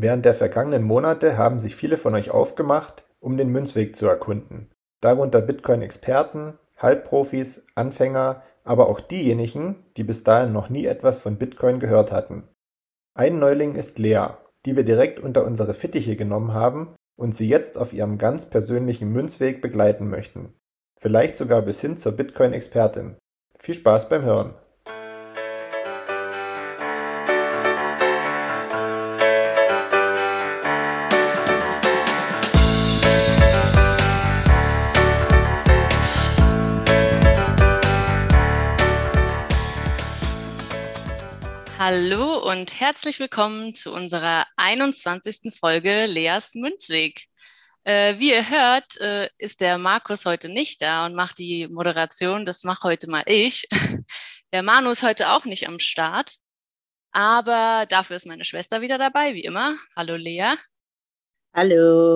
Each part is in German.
Während der vergangenen Monate haben sich viele von euch aufgemacht, um den Münzweg zu erkunden. Darunter Bitcoin-Experten, Halbprofis, Anfänger, aber auch diejenigen, die bis dahin noch nie etwas von Bitcoin gehört hatten. Ein Neuling ist Lea, die wir direkt unter unsere Fittiche genommen haben und sie jetzt auf ihrem ganz persönlichen Münzweg begleiten möchten. Vielleicht sogar bis hin zur Bitcoin-Expertin. Viel Spaß beim Hören! Hallo und herzlich willkommen zu unserer 21. Folge Leas Münzweg. Wie ihr hört, ist der Markus heute nicht da und macht die Moderation. Das mache heute mal ich. Der Manu ist heute auch nicht am Start, aber dafür ist meine Schwester wieder dabei, wie immer. Hallo Lea. Hallo.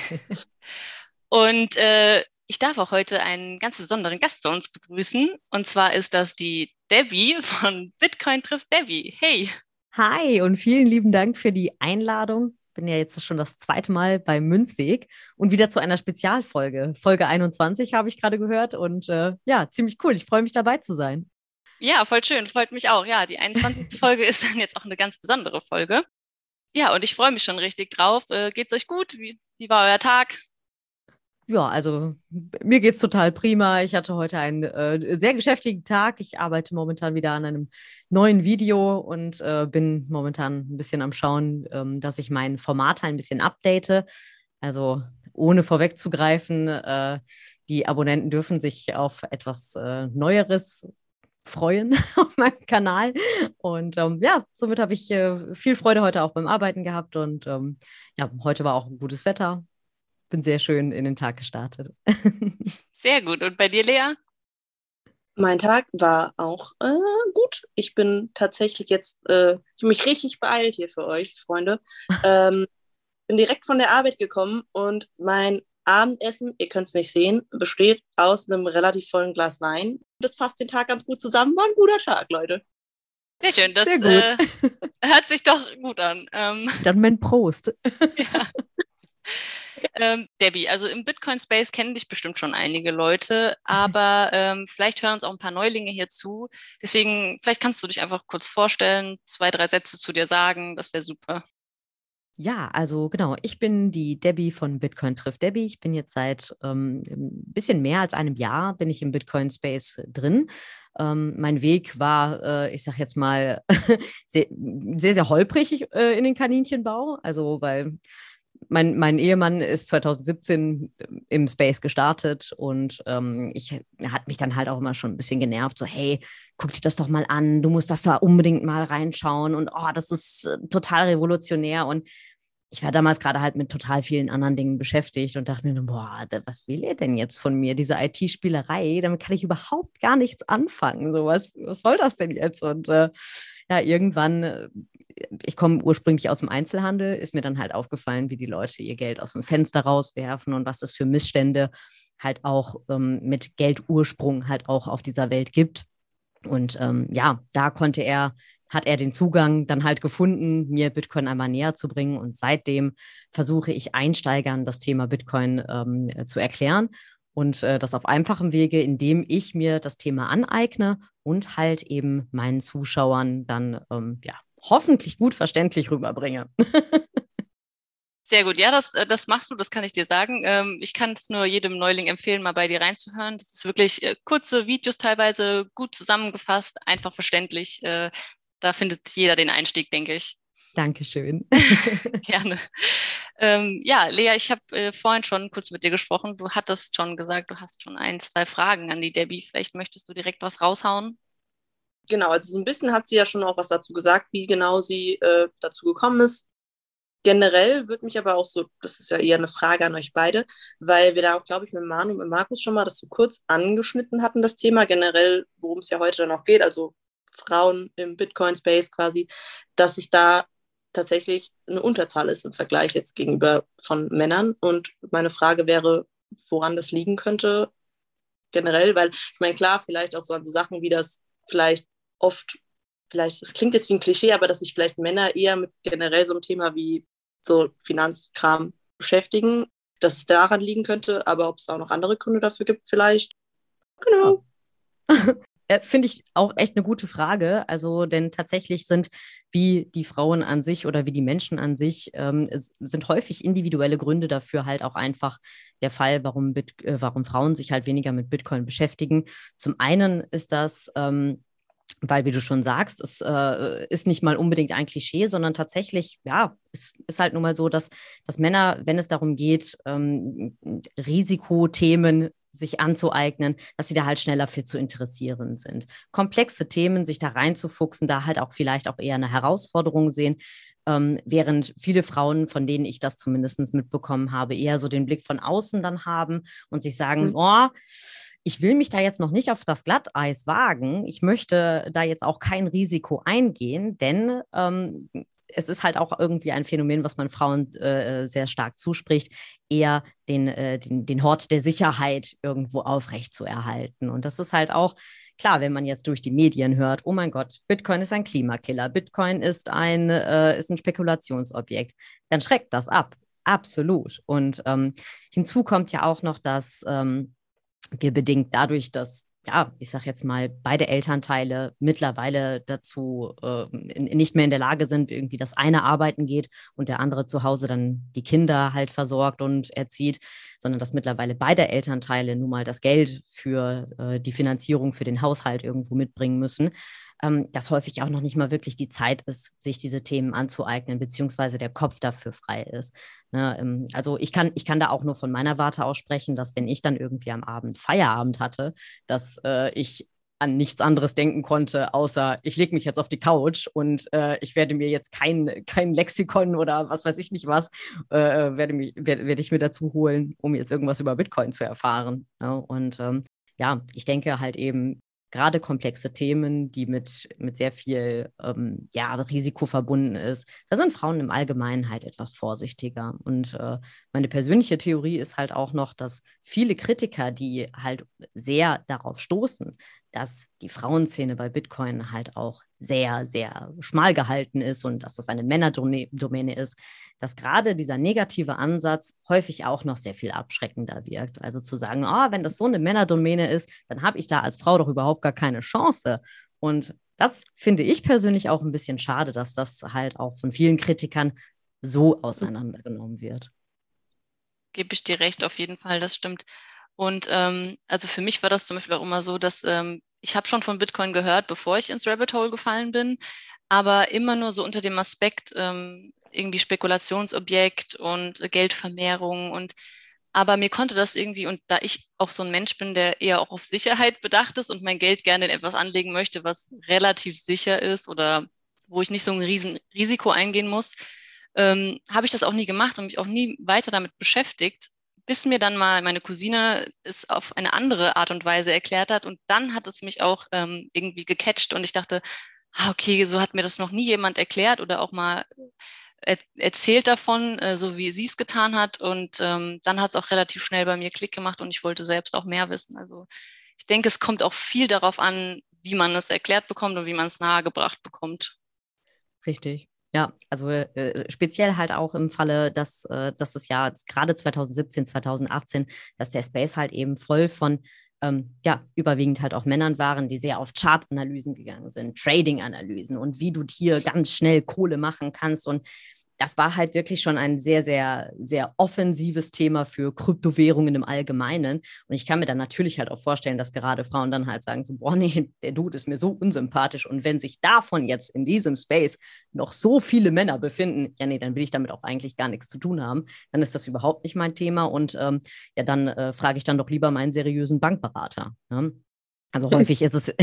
Und ich darf auch heute einen ganz besonderen Gast bei uns begrüßen. Und zwar ist das die Debbie von Bitcoin trifft Debbie. Hey. Hi und vielen lieben Dank für die Einladung. Bin ja jetzt schon das zweite Mal beim Münzweg und wieder zu einer Spezialfolge. Folge 21 habe ich gerade gehört und ja, ziemlich cool. Ich freue mich dabei zu sein. Ja, voll schön. Freut mich auch. Ja, die 21. Folge ist dann jetzt auch eine ganz besondere Folge. Ja, und ich freue mich schon richtig drauf. Geht's euch gut? Wie war euer Tag? Ja, also mir geht's total prima. Ich hatte heute einen sehr geschäftigen Tag. Ich arbeite momentan wieder an einem neuen Video und bin momentan ein bisschen am Schauen, dass ich mein Format ein bisschen update. Also ohne vorwegzugreifen, die Abonnenten dürfen sich auf etwas Neueres freuen auf meinem Kanal. Und ja, somit habe ich viel Freude heute auch beim Arbeiten gehabt. Und ja, heute war auch ein gutes Wetter. Bin sehr schön in den Tag gestartet. Sehr gut. Und bei dir, Lea? Mein Tag war auch gut. Ich bin tatsächlich jetzt, ich habe mich richtig beeilt hier für euch, Freunde. Bin direkt von der Arbeit gekommen und mein Abendessen, ihr könnt es nicht sehen, besteht aus einem relativ vollen Glas Wein. Das fasst den Tag ganz gut zusammen. War ein guter Tag, Leute. Sehr schön. Das sehr gut. Hört sich doch gut an. Dann mein Prost. Ja. Debbie, also im Bitcoin-Space kennen dich bestimmt schon einige Leute, aber vielleicht hören uns auch ein paar Neulinge hier zu. Deswegen, vielleicht kannst du dich einfach kurz vorstellen, 2, 3 Sätze zu dir sagen, das wäre super. Ja, also genau, ich bin die Debbie von Bitcoin trifft Debbie. Ich bin jetzt seit ein bisschen mehr als einem Jahr bin ich im Bitcoin-Space drin. Mein Weg war, ich sage jetzt mal, sehr, sehr, sehr holprig in den Kaninchenbau. Also, weil mein Ehemann ist 2017 im Space gestartet und hat mich dann halt auch immer schon ein bisschen genervt, so hey, guck dir das doch mal an, du musst das da unbedingt mal reinschauen und oh, das ist total revolutionär und ich war damals gerade halt mit total vielen anderen Dingen beschäftigt und dachte mir, boah, was will ihr denn jetzt von mir? Diese IT-Spielerei, damit kann ich überhaupt gar nichts anfangen. So, was soll das denn jetzt? Und ja, irgendwann, ich komme ursprünglich aus dem Einzelhandel, ist mir dann halt aufgefallen, wie die Leute ihr Geld aus dem Fenster rauswerfen und was es für Missstände halt auch mit Geldursprung halt auch auf dieser Welt gibt. Und ja, da hat er den Zugang dann halt gefunden, mir Bitcoin einmal näher zu bringen. Und seitdem versuche ich Einsteigern das Thema Bitcoin zu erklären. Und das auf einfachem Wege, indem ich mir das Thema aneigne und halt eben meinen Zuschauern dann ja, hoffentlich gut verständlich rüberbringe. Sehr gut, ja, das machst du, das kann ich dir sagen. Ich kann es nur jedem Neuling empfehlen, mal bei dir reinzuhören. Das ist wirklich kurze Videos teilweise, gut zusammengefasst, einfach verständlich. Da findet jeder den Einstieg, denke ich. Dankeschön. Gerne. Ja, Lea, ich habe vorhin schon kurz mit dir gesprochen. Du hattest schon gesagt, du hast schon 1, 2 Fragen an die Debbie. Vielleicht möchtest du direkt was raushauen? Genau, also so ein bisschen hat sie ja schon auch was dazu gesagt, wie genau sie dazu gekommen ist. Generell würde mich aber auch so, das ist ja eher eine Frage an euch beide, weil wir da auch, glaube ich, mit Manu und mit Markus schon mal das so kurz angeschnitten hatten, das Thema generell, worum es ja heute dann auch geht, also Frauen im Bitcoin-Space quasi, dass es da tatsächlich eine Unterzahl ist im Vergleich jetzt gegenüber von Männern. Und meine Frage wäre, woran das liegen könnte generell, weil ich meine, klar, vielleicht auch so an so Sachen wie das vielleicht oft, vielleicht, das klingt jetzt wie ein Klischee, aber dass sich vielleicht Männer eher mit generell so einem Thema wie so Finanzkram beschäftigen, dass es daran liegen könnte, aber ob es auch noch andere Gründe dafür gibt, vielleicht. Genau. Finde ich auch echt eine gute Frage. Also, denn tatsächlich sind wie die Frauen an sich oder wie die Menschen an sich, es sind häufig individuelle Gründe dafür halt auch einfach der Fall, warum Frauen sich halt weniger mit Bitcoin beschäftigen. Zum einen ist das, weil, wie du schon sagst, es ist nicht mal unbedingt ein Klischee, sondern tatsächlich, ja, es ist halt nun mal so, dass Männer, wenn es darum geht, Risikothemen sich anzueignen, dass sie da halt schneller für zu interessieren sind. Komplexe Themen, sich da reinzufuchsen, da halt auch vielleicht auch eher eine Herausforderung sehen, während viele Frauen, von denen ich das zumindest mitbekommen habe, eher so den Blick von außen dann haben und sich sagen, oh, ich will mich da jetzt noch nicht auf das Glatteis wagen. Ich möchte da jetzt auch kein Risiko eingehen, denn es ist halt auch irgendwie ein Phänomen, was man Frauen sehr stark zuspricht, eher den Hort der Sicherheit irgendwo aufrechtzuerhalten. Und das ist halt auch klar, wenn man jetzt durch die Medien hört, oh mein Gott, Bitcoin ist ein Klimakiller, Bitcoin ist ein Spekulationsobjekt, dann schreckt das ab. Absolut. Und hinzu kommt ja auch noch, dass wir bedingt dadurch, dass, ja, ich sage jetzt mal, beide Elternteile mittlerweile dazu nicht mehr in der Lage sind, irgendwie das eine arbeiten geht und der andere zu Hause dann die Kinder halt versorgt und erzieht, sondern dass mittlerweile beide Elternteile nun mal das Geld für die Finanzierung für den Haushalt irgendwo mitbringen müssen, dass häufig auch noch nicht mal wirklich die Zeit ist, sich diese Themen anzueignen, beziehungsweise der Kopf dafür frei ist. Ne? Also ich kann da auch nur von meiner Warte aus sprechen, dass wenn ich dann irgendwie am Abend Feierabend hatte, dass ich an nichts anderes denken konnte, außer ich lege mich jetzt auf die Couch und ich werde mir jetzt kein Lexikon oder was weiß ich nicht was, werde ich mir dazu holen, um jetzt irgendwas über Bitcoin zu erfahren. Ja? Und ja, ich denke halt eben, gerade komplexe Themen, die mit sehr viel Risiko verbunden ist, da sind Frauen im Allgemeinen halt etwas vorsichtiger. Und meine persönliche Theorie ist halt auch noch, dass viele Kritiker, die halt sehr darauf stoßen, dass die Frauenszene bei Bitcoin halt auch sehr, sehr schmal gehalten ist und dass das eine Männerdomäne ist, dass gerade dieser negative Ansatz häufig auch noch sehr viel abschreckender wirkt. Also zu sagen, wenn das so eine Männerdomäne ist, dann habe ich da als Frau doch überhaupt gar keine Chance. Und das finde ich persönlich auch ein bisschen schade, dass das halt auch von vielen Kritikern so auseinandergenommen wird. Gebe ich dir recht, auf jeden Fall, das stimmt. Und also für mich war das zum Beispiel auch immer so, dass ich habe schon von Bitcoin gehört, bevor ich ins Rabbit Hole gefallen bin, aber immer nur so unter dem Aspekt irgendwie Spekulationsobjekt und Geldvermehrung aber mir konnte das irgendwie, und da ich auch so ein Mensch bin, der eher auch auf Sicherheit bedacht ist und mein Geld gerne in etwas anlegen möchte, was relativ sicher ist oder wo ich nicht so ein riesen Risiko eingehen muss, habe ich das auch nie gemacht und mich auch nie weiter damit beschäftigt, bis mir dann mal meine Cousine es auf eine andere Art und Weise erklärt hat. Und dann hat es mich auch irgendwie gecatcht und ich dachte, okay, so hat mir das noch nie jemand erklärt oder auch mal erzählt davon, so wie sie es getan hat. Und dann hat es auch relativ schnell bei mir Klick gemacht und ich wollte selbst auch mehr wissen. Also ich denke, es kommt auch viel darauf an, wie man es erklärt bekommt und wie man es nahegebracht bekommt. Richtig. Ja, also speziell halt auch im Falle, dass es ja gerade 2017, 2018, dass der Space halt eben voll von überwiegend halt auch Männern waren, die sehr auf Chart-Analysen gegangen sind, Trading-Analysen und wie du hier ganz schnell Kohle machen kannst. Und das war halt wirklich schon ein sehr, sehr, sehr offensives Thema für Kryptowährungen im Allgemeinen. Und ich kann mir dann natürlich halt auch vorstellen, dass gerade Frauen dann halt sagen so, boah, nee, der Dude ist mir so unsympathisch. Und wenn sich davon jetzt in diesem Space noch so viele Männer befinden, ja, nee, dann will ich damit auch eigentlich gar nichts zu tun haben. Dann ist das überhaupt nicht mein Thema. Und dann frage ich dann doch lieber meinen seriösen Bankberater. Ne? Also häufig ist es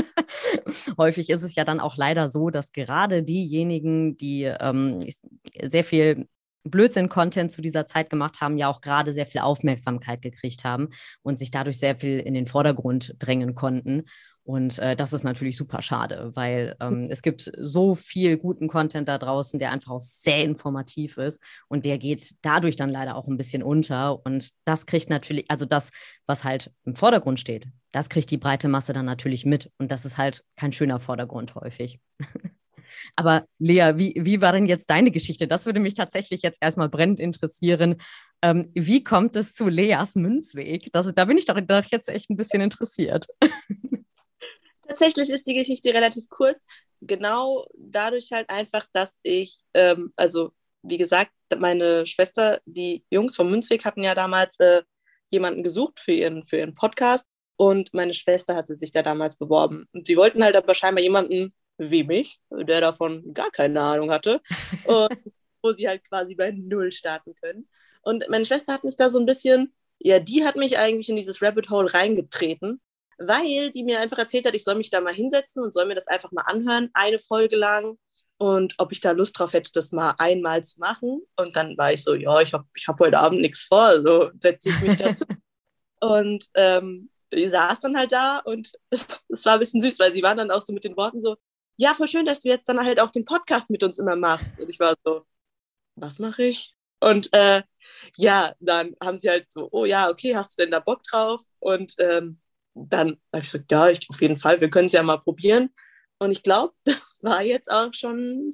ja dann auch leider so, dass gerade diejenigen, die sehr viel Blödsinn-Content zu dieser Zeit gemacht haben, ja auch gerade sehr viel Aufmerksamkeit gekriegt haben und sich dadurch sehr viel in den Vordergrund drängen konnten. Und das ist natürlich super schade, weil es gibt so viel guten Content da draußen, der einfach auch sehr informativ ist und der geht dadurch dann leider auch ein bisschen unter. Und das kriegt natürlich, also das, was halt im Vordergrund steht, das kriegt die breite Masse dann natürlich mit. Und das ist halt kein schöner Vordergrund häufig. Aber Lea, wie war denn jetzt deine Geschichte? Das würde mich tatsächlich jetzt erstmal brennend interessieren. Wie kommt es zu Leas Münzweg? Da bin ich doch jetzt echt ein bisschen interessiert. Tatsächlich ist die Geschichte relativ kurz. Genau dadurch halt einfach, dass ich, also wie gesagt, meine Schwester, die Jungs vom Münzweg hatten ja damals jemanden gesucht für ihren Podcast und meine Schwester hatte sich da damals beworben. Und sie wollten halt aber scheinbar jemanden wie mich, der davon gar keine Ahnung hatte, und wo sie halt quasi bei Null starten können. Und meine Schwester hat mich da so ein bisschen, ja, die hat mich eigentlich in dieses Rabbit Hole reingetreten, weil die mir einfach erzählt hat, ich soll mich da mal hinsetzen und soll mir das einfach mal anhören, eine Folge lang, und ob ich da Lust drauf hätte, das mal einmal zu machen. Und dann war ich so, ja, ich hab heute Abend nichts vor, also setze ich mich dazu. Und ich saß dann halt da und es war ein bisschen süß, weil sie waren dann auch so mit den Worten so, ja, voll schön, dass du jetzt dann halt auch den Podcast mit uns immer machst. Und ich war so, was mache ich? Und ja, dann haben sie halt so, oh ja, okay, hast du denn da Bock drauf? Und dann habe ich gesagt, ja, auf jeden Fall, wir können es ja mal probieren. Und ich glaube, das war jetzt auch schon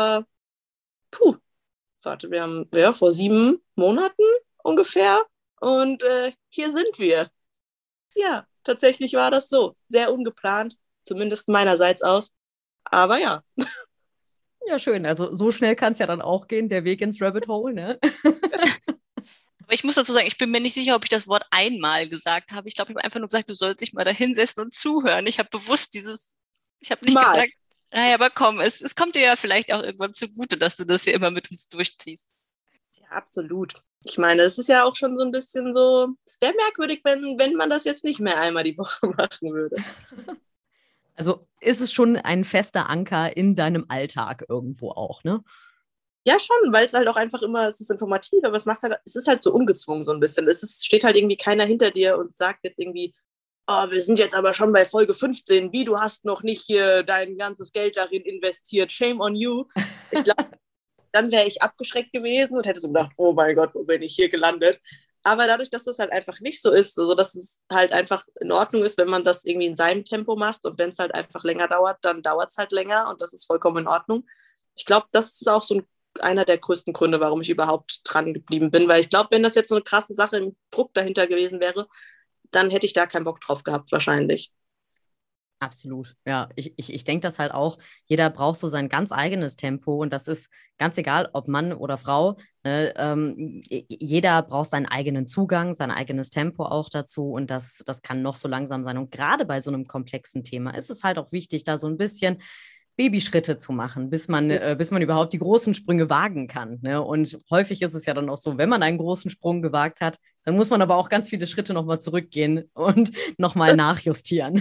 wir haben ja, vor 7 Monaten ungefähr. Und hier sind wir. Ja, tatsächlich war das so. Sehr ungeplant, zumindest meinerseits aus. Aber ja. Ja, schön. Also so schnell kann es ja dann auch gehen, der Weg ins Rabbit Hole, ne? Aber ich muss dazu sagen, ich bin mir nicht sicher, ob ich das Wort einmal gesagt habe. Ich glaube, ich habe einfach nur gesagt, du sollst dich mal da hinsetzen und zuhören. Ich habe bewusst ich habe nicht gesagt, naja, aber komm, es kommt dir ja vielleicht auch irgendwann zugute, dass du das hier immer mit uns durchziehst. Ja, absolut. Ich meine, es ist ja auch schon so ein bisschen so, es wäre merkwürdig, wenn man das jetzt nicht mehr einmal die Woche machen würde. Also ist es schon ein fester Anker in deinem Alltag irgendwo auch, ne? Ja, schon, weil es halt auch einfach immer, es ist informativ, aber es ist halt so ungezwungen so ein bisschen. Steht halt irgendwie keiner hinter dir und sagt jetzt irgendwie, oh, wir sind jetzt aber schon bei Folge 15, wie, du hast noch nicht hier dein ganzes Geld darin investiert, shame on you. Ich glaube, dann wäre ich abgeschreckt gewesen und hätte so gedacht, oh mein Gott, wo bin ich hier gelandet? Aber dadurch, dass das halt einfach nicht so ist, also dass es halt einfach in Ordnung ist, wenn man das irgendwie in seinem Tempo macht, und wenn es halt einfach länger dauert, dann dauert es halt länger und das ist vollkommen in Ordnung. Ich glaube, das ist auch so einer der größten Gründe, warum ich überhaupt dran geblieben bin, weil ich glaube, wenn das jetzt so eine krasse Sache im Druck dahinter gewesen wäre, dann hätte ich da keinen Bock drauf gehabt, wahrscheinlich. Absolut, ja. Ich denke das halt auch, jeder braucht so sein ganz eigenes Tempo und das ist ganz egal, ob Mann oder Frau. Ne, jeder braucht seinen eigenen Zugang, sein eigenes Tempo auch dazu und das kann noch so langsam sein. Und gerade bei so einem komplexen Thema ist es halt auch wichtig, da so ein bisschen Babyschritte zu machen, bis man überhaupt die großen Sprünge wagen kann. Ne? Und häufig ist es ja dann auch so, wenn man einen großen Sprung gewagt hat, dann muss man aber auch ganz viele Schritte nochmal zurückgehen und nochmal nachjustieren.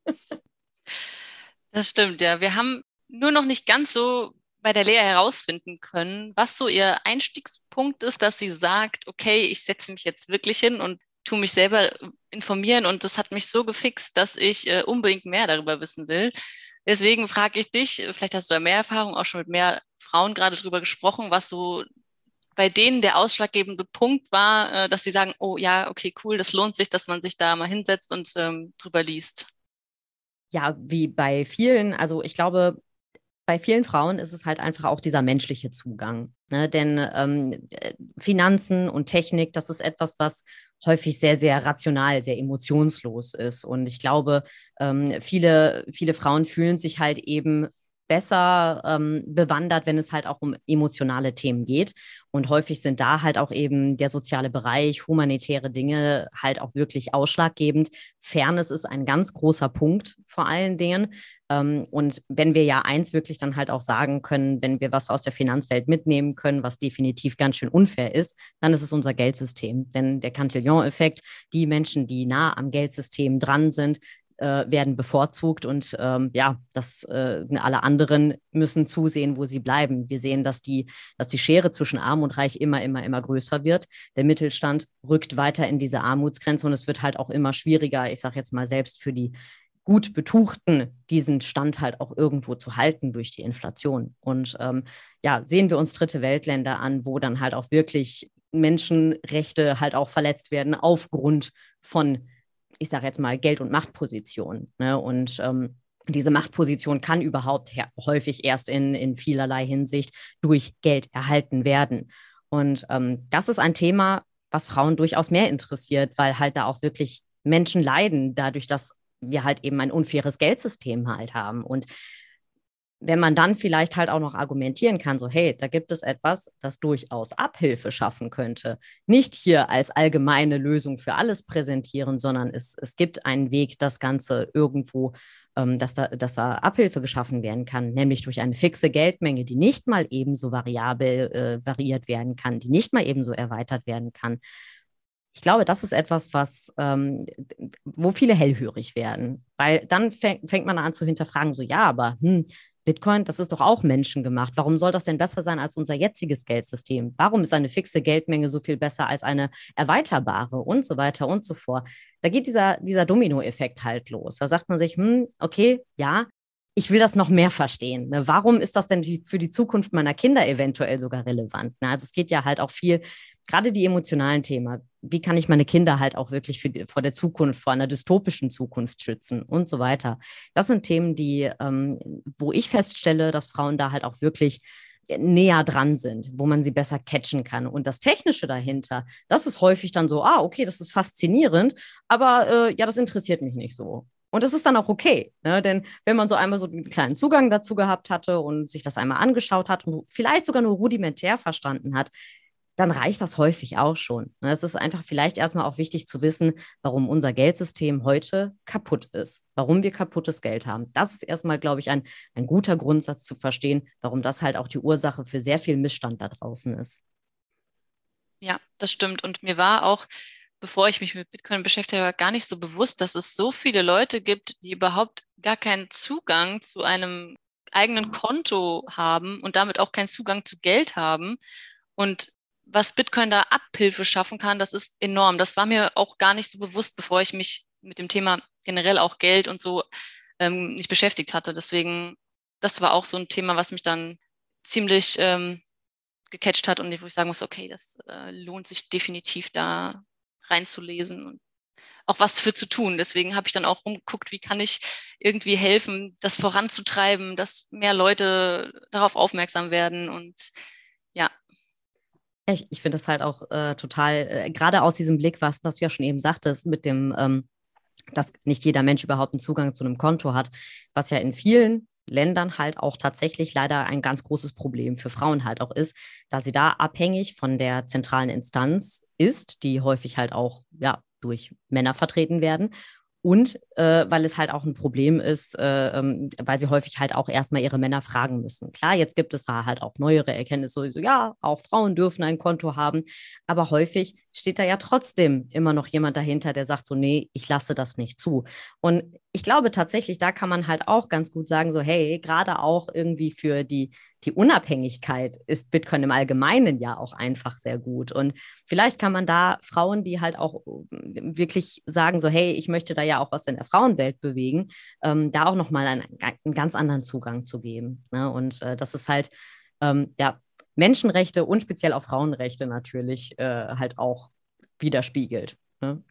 Das stimmt, ja. Wir haben nur noch nicht ganz so bei der Lea herausfinden können, was so ihr Einstiegspunkt ist, dass sie sagt, okay, ich setze mich jetzt wirklich hin und tue mich selber informieren, und das hat mich so gefixt, dass ich unbedingt mehr darüber wissen will. Deswegen frage ich dich, vielleicht hast du da mehr Erfahrung, auch schon mit mehr Frauen gerade drüber gesprochen, was so bei denen der ausschlaggebende Punkt war, dass sie sagen, oh ja, okay, cool, das lohnt sich, dass man sich da mal hinsetzt und drüber liest. Ja, wie bei vielen, also ich glaube, bei vielen Frauen ist es halt einfach auch dieser menschliche Zugang. Ne? Denn Finanzen und Technik, das ist etwas, was häufig sehr, sehr rational, sehr emotionslos ist. Und ich glaube, viele Frauen fühlen sich halt eben besser bewandert, wenn es halt auch um emotionale Themen geht. Und häufig sind da halt auch eben der soziale Bereich, humanitäre Dinge halt auch wirklich ausschlaggebend. Fairness ist ein ganz großer Punkt vor allen Dingen. Und wenn wir ja eins wirklich dann halt auch sagen können, wenn wir was aus der Finanzwelt mitnehmen können, was definitiv ganz schön unfair ist, dann ist es unser Geldsystem. Denn der Cantillon-Effekt, die Menschen, die nah am Geldsystem dran sind, werden bevorzugt und alle anderen müssen zusehen, wo sie bleiben. Wir sehen, dass die Schere zwischen Arm und Reich immer größer wird. Der Mittelstand rückt weiter in diese Armutsgrenze und es wird halt auch immer schwieriger, ich sage jetzt mal selbst für die gut Betuchten, diesen Stand halt auch irgendwo zu halten durch die Inflation. Und sehen wir uns dritte Weltländer an, wo dann halt auch wirklich Menschenrechte halt auch verletzt werden aufgrund von, ich sage jetzt mal, Geld- und Machtpositionen. Ne? Und Diese Machtposition kann überhaupt häufig erst in vielerlei Hinsicht durch Geld erhalten werden. Und das ist ein Thema, was Frauen durchaus mehr interessiert, weil halt da auch wirklich Menschen leiden, dadurch, dass wir halt eben ein unfaires Geldsystem halt haben. Und wenn man dann vielleicht halt auch noch argumentieren kann, so hey, da gibt es etwas, das durchaus Abhilfe schaffen könnte. Nicht hier als allgemeine Lösung für alles präsentieren, sondern es gibt einen Weg, das Ganze irgendwo, dass da Abhilfe geschaffen werden kann, nämlich durch eine fixe Geldmenge, die nicht mal ebenso variabel variiert werden kann, die nicht mal ebenso erweitert werden kann. Ich glaube, das ist etwas, wo viele hellhörig werden, weil dann fängt man an zu hinterfragen, so ja, aber Bitcoin, das ist doch auch menschengemacht. Warum soll das denn besser sein als unser jetziges Geldsystem? Warum ist eine fixe Geldmenge so viel besser als eine erweiterbare und so weiter und so fort? Da geht dieser Dominoeffekt halt los. Da sagt man sich, okay, ja, ich will das noch mehr verstehen. Ne? Warum ist das denn für die Zukunft meiner Kinder eventuell sogar relevant? Ne? Also es geht ja halt auch viel, gerade die emotionalen Themen. Wie kann ich meine Kinder halt auch wirklich vor der Zukunft, vor einer dystopischen Zukunft schützen und so weiter? Das sind Themen, wo ich feststelle, dass Frauen da halt auch wirklich näher dran sind, wo man sie besser catchen kann. Und das Technische dahinter, das ist häufig dann so, okay, das ist faszinierend, aber ja, das interessiert mich nicht so. Und das ist dann auch okay, ne? Denn wenn man so einmal so einen kleinen Zugang dazu gehabt hatte und sich das einmal angeschaut hat und vielleicht sogar nur rudimentär verstanden hat, dann reicht das häufig auch schon. Es ist einfach vielleicht erstmal auch wichtig zu wissen, warum unser Geldsystem heute kaputt ist, warum wir kaputtes Geld haben. Das ist erstmal, glaube ich, ein guter Grundsatz zu verstehen, warum das halt auch die Ursache für sehr viel Missstand da draußen ist. Ja, das stimmt. Und mir war auch, bevor ich mich mit Bitcoin beschäftigt habe, gar nicht so bewusst, dass es so viele Leute gibt, die überhaupt gar keinen Zugang zu einem eigenen Konto haben und damit auch keinen Zugang zu Geld haben. Und was Bitcoin da Abhilfe schaffen kann, das ist enorm. Das war mir auch gar nicht so bewusst, bevor ich mich mit dem Thema generell auch Geld und so nicht beschäftigt hatte. Deswegen, das war auch so ein Thema, was mich dann ziemlich gecatcht hat und wo ich sagen muss, okay, das lohnt sich definitiv da reinzulesen und auch was für zu tun. Deswegen habe ich dann auch rumgeguckt, wie kann ich irgendwie helfen, das voranzutreiben, dass mehr Leute darauf aufmerksam werden und ja. Ich finde das halt auch total, gerade aus diesem Blick, was du ja schon eben sagtest, mit dem, dass nicht jeder Mensch überhaupt einen Zugang zu einem Konto hat, was ja in vielen Ländern halt auch tatsächlich leider ein ganz großes Problem für Frauen halt auch ist, da sie da abhängig von der zentralen Instanz ist, die häufig halt auch durch Männer vertreten werden. Und weil es halt auch ein Problem ist, weil sie häufig halt auch erstmal ihre Männer fragen müssen. Klar, jetzt gibt es da halt auch neuere Erkenntnisse, so, ja, auch Frauen dürfen ein Konto haben, aber häufig steht da ja trotzdem immer noch jemand dahinter, der sagt so, nee, ich lasse das nicht zu. Und ich glaube tatsächlich, da kann man halt auch ganz gut sagen, so, hey, gerade auch irgendwie für die Unabhängigkeit ist Bitcoin im Allgemeinen ja auch einfach sehr gut. Und vielleicht kann man da Frauen, die halt auch wirklich sagen, so, hey, ich möchte da ja auch was in der Frauenwelt bewegen, da auch nochmal einen ganz anderen Zugang zu geben. Ne? Und das ist halt, Menschenrechte und speziell auch Frauenrechte natürlich halt auch widerspiegelt. Ne?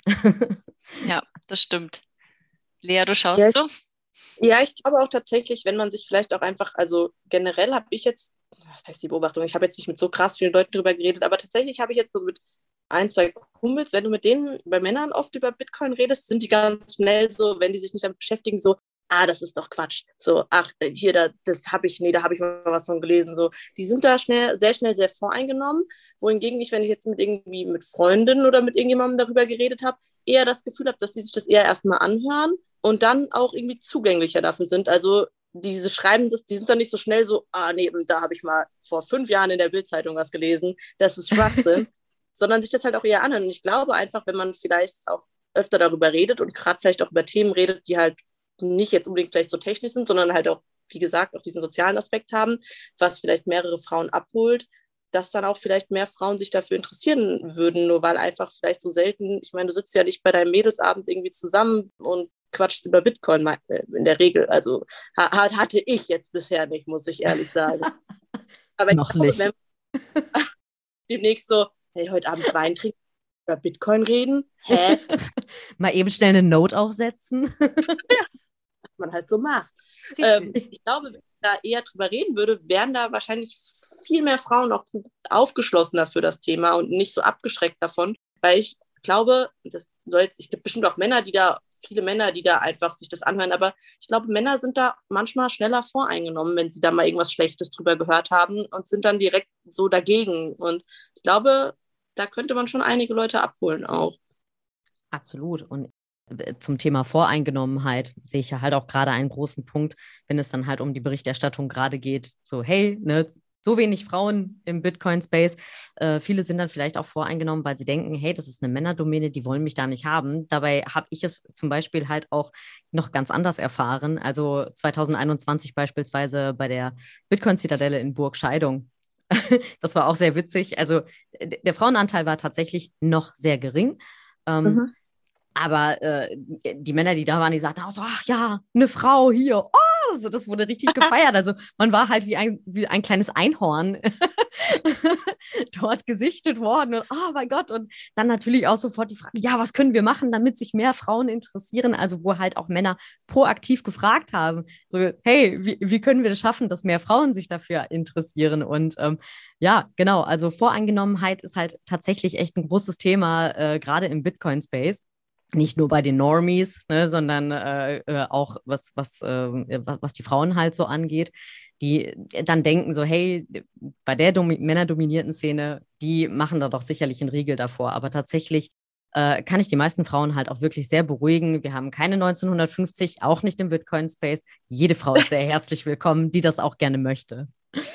Ja, das stimmt. Lea, du schaust so? Ja, ich glaube auch tatsächlich, wenn man sich vielleicht auch einfach, also generell habe ich jetzt, was heißt die Beobachtung, ich habe jetzt nicht mit so krass vielen Leuten drüber geredet, aber tatsächlich habe ich jetzt so mit ein, zwei Kumpels, wenn du mit denen bei Männern oft über Bitcoin redest, sind die ganz schnell so, wenn die sich nicht damit beschäftigen, so, das ist doch Quatsch. So, hier, da habe ich mal was von gelesen. So, die sind da sehr schnell sehr voreingenommen, wohingegen ich, wenn ich jetzt mit Freundinnen oder mit irgendjemandem darüber geredet habe, eher das Gefühl habe, dass die sich das eher erstmal anhören und dann auch irgendwie zugänglicher dafür sind. Also diese schreiben das, die sind dann nicht so schnell so, nee, da habe ich mal vor 5 Jahren in der Bild-Zeitung was gelesen, das ist Schwachsinn, sondern sich das halt auch eher anhören. Und ich glaube einfach, wenn man vielleicht auch öfter darüber redet und gerade vielleicht auch über Themen redet, die halt nicht jetzt unbedingt vielleicht so technisch sind, sondern halt auch, wie gesagt, auch diesen sozialen Aspekt haben, was vielleicht mehrere Frauen abholt, dass dann auch vielleicht mehr Frauen sich dafür interessieren würden, nur weil einfach vielleicht so selten, ich meine, du sitzt ja nicht bei deinem Mädelsabend irgendwie zusammen und quatscht über Bitcoin in der Regel. Also hatte ich jetzt bisher nicht, muss ich ehrlich sagen. Aber noch nicht. Wenn demnächst so, hey, heute Abend Wein trinken, über Bitcoin reden, Mal eben schnell eine Note aufsetzen. Ja, was man halt so macht. Ich glaube, wenn ich da eher drüber reden würde, wären da wahrscheinlich viel mehr Frauen auch aufgeschlossener für das Thema und nicht so abgeschreckt davon, weil ich glaube, es gibt bestimmt auch viele Männer, die da einfach sich das anhören, aber ich glaube, Männer sind da manchmal schneller voreingenommen, wenn sie da mal irgendwas Schlechtes drüber gehört haben und sind dann direkt so dagegen. Und ich glaube, da könnte man schon einige Leute abholen auch. Absolut. Und zum Thema Voreingenommenheit sehe ich ja halt auch gerade einen großen Punkt, wenn es dann halt um die Berichterstattung gerade geht. So, hey, ne, so wenig Frauen im Bitcoin-Space. Viele sind dann vielleicht auch voreingenommen, weil sie denken, hey, das ist eine Männerdomäne, die wollen mich da nicht haben. Dabei habe ich es zum Beispiel halt auch noch ganz anders erfahren. Also 2021 beispielsweise bei der Bitcoin-Zitadelle in Burg Scheidung. Das war auch sehr witzig. Also der Frauenanteil war tatsächlich noch sehr gering. Aber die Männer, die da waren, die sagten auch so, ach ja, eine Frau hier. Oh, also das wurde richtig gefeiert. Also man war halt wie ein kleines Einhorn dort gesichtet worden. Und, oh mein Gott. Und dann natürlich auch sofort die Frage, ja, was können wir machen, damit sich mehr Frauen interessieren? Also wo halt auch Männer proaktiv gefragt haben, so, hey, wie können wir das schaffen, dass mehr Frauen sich dafür interessieren? Und ja, genau. Also Voreingenommenheit ist halt tatsächlich echt ein großes Thema, gerade im Bitcoin-Space. Nicht nur bei den Normies, ne, sondern auch was die Frauen halt so angeht, die dann denken so, hey, bei der männerdominierten Szene, die machen da doch sicherlich einen Riegel davor. Aber tatsächlich kann ich die meisten Frauen halt auch wirklich sehr beruhigen. Wir haben keine 1950, auch nicht im Bitcoin-Space. Jede Frau ist sehr herzlich willkommen, die das auch gerne möchte.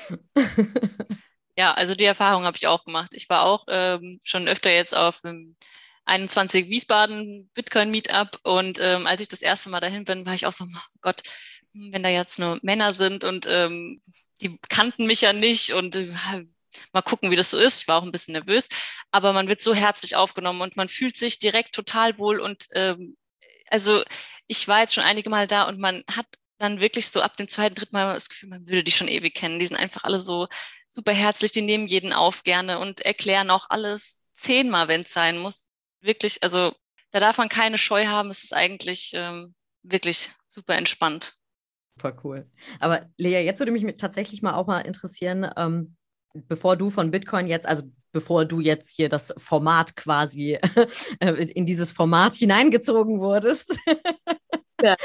Ja, also die Erfahrung habe ich auch gemacht. Ich war auch schon öfter jetzt auf 21 Wiesbaden Bitcoin Meetup und als ich das erste Mal dahin bin, war ich auch so, oh Gott, wenn da jetzt nur Männer sind und die kannten mich ja nicht und mal gucken, wie das so ist. Ich war auch ein bisschen nervös, aber man wird so herzlich aufgenommen und man fühlt sich direkt total wohl und also ich war jetzt schon einige Mal da und man hat dann wirklich so ab dem zweiten, dritten Mal das Gefühl, man würde die schon ewig kennen. Die sind einfach alle so super herzlich, die nehmen jeden auf gerne und erklären auch alles 10-mal, wenn es sein muss. Wirklich, also da darf man keine Scheu haben. Es ist eigentlich wirklich super entspannt. Super cool. Aber Lea, jetzt würde mich tatsächlich mal interessieren, bevor du von Bitcoin jetzt, also bevor du jetzt hier das Format quasi in dieses Format hineingezogen wurdest. Ja.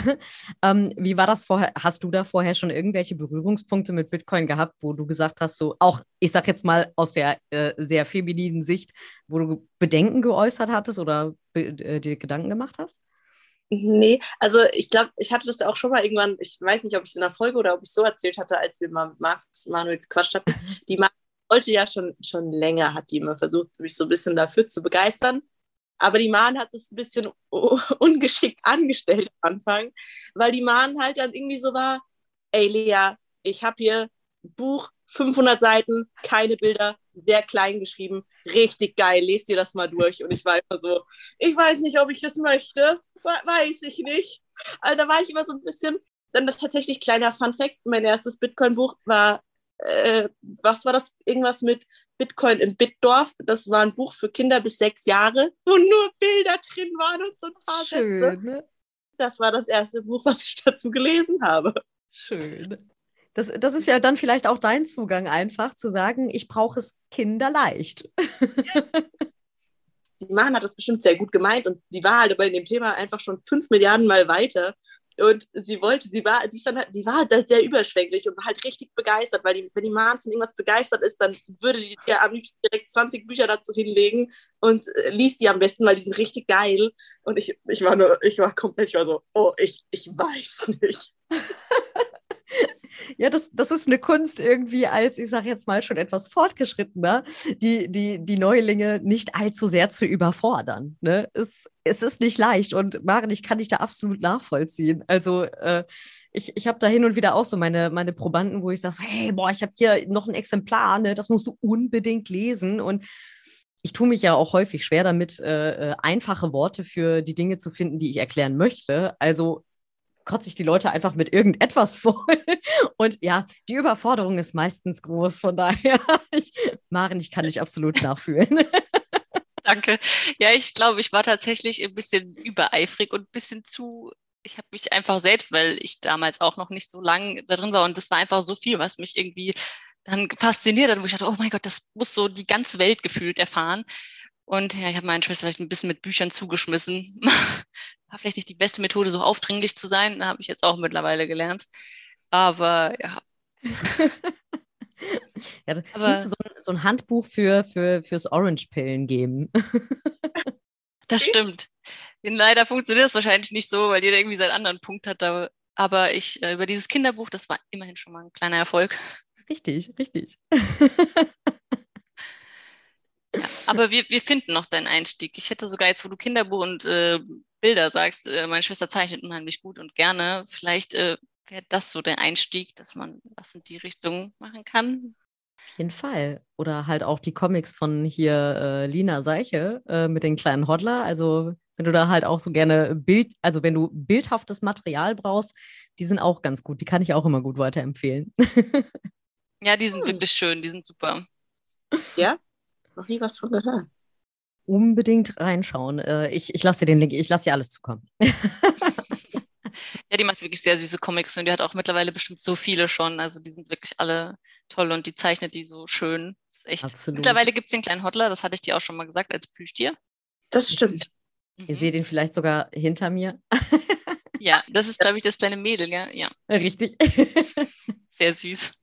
Wie war das vorher? Hast du da vorher schon irgendwelche Berührungspunkte mit Bitcoin gehabt, wo du gesagt hast, so auch, ich sag jetzt mal aus der sehr femininen Sicht, wo du Bedenken geäußert hattest oder dir Gedanken gemacht hast? Nee, also ich glaube, ich hatte das ja auch schon mal irgendwann, ich weiß nicht, ob ich es in der Folge oder ob ich es so erzählt hatte, als wir mal mit Markus Manuel gequatscht hatten. Die wollte ja schon länger, hat die immer versucht, mich so ein bisschen dafür zu begeistern. Aber die Maren hat es ein bisschen ungeschickt angestellt am Anfang, weil die Maren halt dann irgendwie so war, ey Lea, ich habe hier ein Buch, 500 Seiten, keine Bilder, sehr klein geschrieben, richtig geil, lest dir das mal durch. Und ich war immer so, ich weiß nicht, ob ich das möchte, weiß ich nicht. Also da war ich immer so ein bisschen, dann das tatsächlich kleiner Funfact, mein erstes Bitcoin-Buch war, was war das, irgendwas mit Bitcoin im Bitdorf, das war ein Buch für Kinder bis 6 Jahre, wo nur Bilder drin waren und so ein paar Sätze. Ne? Das war das erste Buch, was ich dazu gelesen habe. Schön. Das ist ja dann vielleicht auch dein Zugang einfach, zu sagen, ich brauche es kinderleicht. Die Maren hat das bestimmt sehr gut gemeint und sie war halt aber in dem Thema einfach schon 5 Milliarden Mal weiter. Und sie war halt sehr überschwänglich und war halt richtig begeistert, weil wenn die Maren von irgendwas begeistert ist, dann würde die ja am liebsten direkt 20 Bücher dazu hinlegen und liest die am besten, weil die sind richtig geil. Und ich war so, oh, ich weiß nicht. Ja, das ist eine Kunst irgendwie als, ich sage jetzt mal, schon etwas fortgeschrittener, die Neulinge nicht allzu sehr zu überfordern. Ne? Es ist nicht leicht und Maren, ich kann dich da absolut nachvollziehen. Also ich habe da hin und wieder auch so meine Probanden, wo ich sage, so, hey, boah, ich habe hier noch ein Exemplar, ne? Das musst du unbedingt lesen. Und ich tue mich ja auch häufig schwer damit, einfache Worte für die Dinge zu finden, die ich erklären möchte. Also kotze ich die Leute einfach mit irgendetwas voll. Und ja, die Überforderung ist meistens groß. Von daher, Maren, ich kann dich absolut nachfühlen. Danke. Ja, ich glaube, ich war tatsächlich ein bisschen übereifrig und ein bisschen zu ich habe mich einfach selbst, weil ich damals auch noch nicht so lang da drin war und das war einfach so viel, was mich irgendwie dann fasziniert hat, wo ich dachte, oh mein Gott, das muss so die ganze Welt gefühlt erfahren. Und ja, ich habe meine Schwester vielleicht ein bisschen mit Büchern zugeschmissen. War vielleicht nicht die beste Methode, so aufdringlich zu sein. Da habe ich jetzt auch mittlerweile gelernt. Aber ja. Ja, es müsste so ein Handbuch fürs Orange-Pillen geben. Das stimmt. Leider funktioniert das wahrscheinlich nicht so, weil jeder irgendwie seinen anderen Punkt hat. Aber ich über dieses Kinderbuch, das war immerhin schon mal ein kleiner Erfolg. Richtig, richtig. Ja, aber wir finden noch deinen Einstieg. Ich hätte sogar jetzt, wo du Kinderbuch und Bilder sagst, meine Schwester zeichnet unheimlich gut und gerne. Vielleicht wäre das so der Einstieg, dass man was in die Richtung machen kann. Auf jeden Fall. Oder halt auch die Comics von hier Lina Seiche mit den kleinen Hodler. Also wenn du da halt auch so gerne also wenn du bildhaftes Material brauchst, die sind auch ganz gut. Die kann ich auch immer gut weiterempfehlen. Ja, die sind wirklich schön, die sind super. Ja, noch nie was von gehört. Unbedingt reinschauen. Ich lasse dir den Link, ich lasse dir alles zukommen. Ja, die macht wirklich sehr süße Comics und die hat auch mittlerweile bestimmt so viele schon. Also die sind wirklich alle toll und die zeichnet die so schön. Das ist echt. Absolut. Mittlerweile gibt es den kleinen Hodler, das hatte ich dir auch schon mal gesagt, als Plüschtier. Das stimmt. Ihr seht ihn vielleicht sogar hinter mir. Ja, das ist, glaube ich, das kleine Mädel, ja. Ja. Richtig. Sehr süß.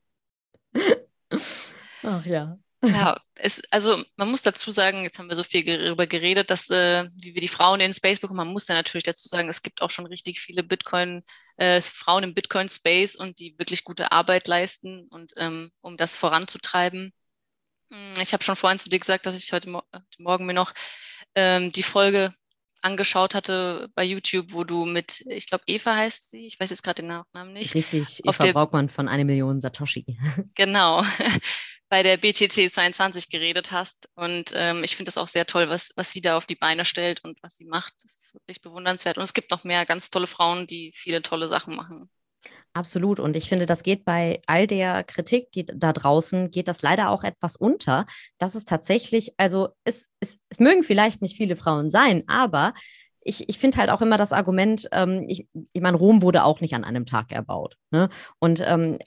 Ach ja. Ja, also man muss dazu sagen, jetzt haben wir so viel darüber geredet, dass wie wir die Frauen in den Space bekommen. Man muss da natürlich dazu sagen, es gibt auch schon richtig viele Frauen im Bitcoin-Space und die wirklich gute Arbeit leisten und um das voranzutreiben. Ich habe schon vorhin zu dir gesagt, dass ich heute Morgen mir noch die Folge angeschaut hatte bei YouTube, wo du mit, ich glaube, Eva heißt sie, ich weiß jetzt gerade den Nachnamen nicht. Richtig, Eva Braukmann von 1 Million Satoshi. Genau, bei der BTC 22 geredet hast. Und ich finde das auch sehr toll, was sie da auf die Beine stellt und was sie macht. Das ist wirklich bewundernswert. Und es gibt noch mehr ganz tolle Frauen, die viele tolle Sachen machen. Absolut. Und ich finde, das geht bei all der Kritik, die da draußen, geht das leider auch etwas unter, dass es tatsächlich, also es mögen vielleicht nicht viele Frauen sein, aber ich finde halt auch immer das Argument, ich meine, Rom wurde auch nicht an einem Tag erbaut. Ne? Und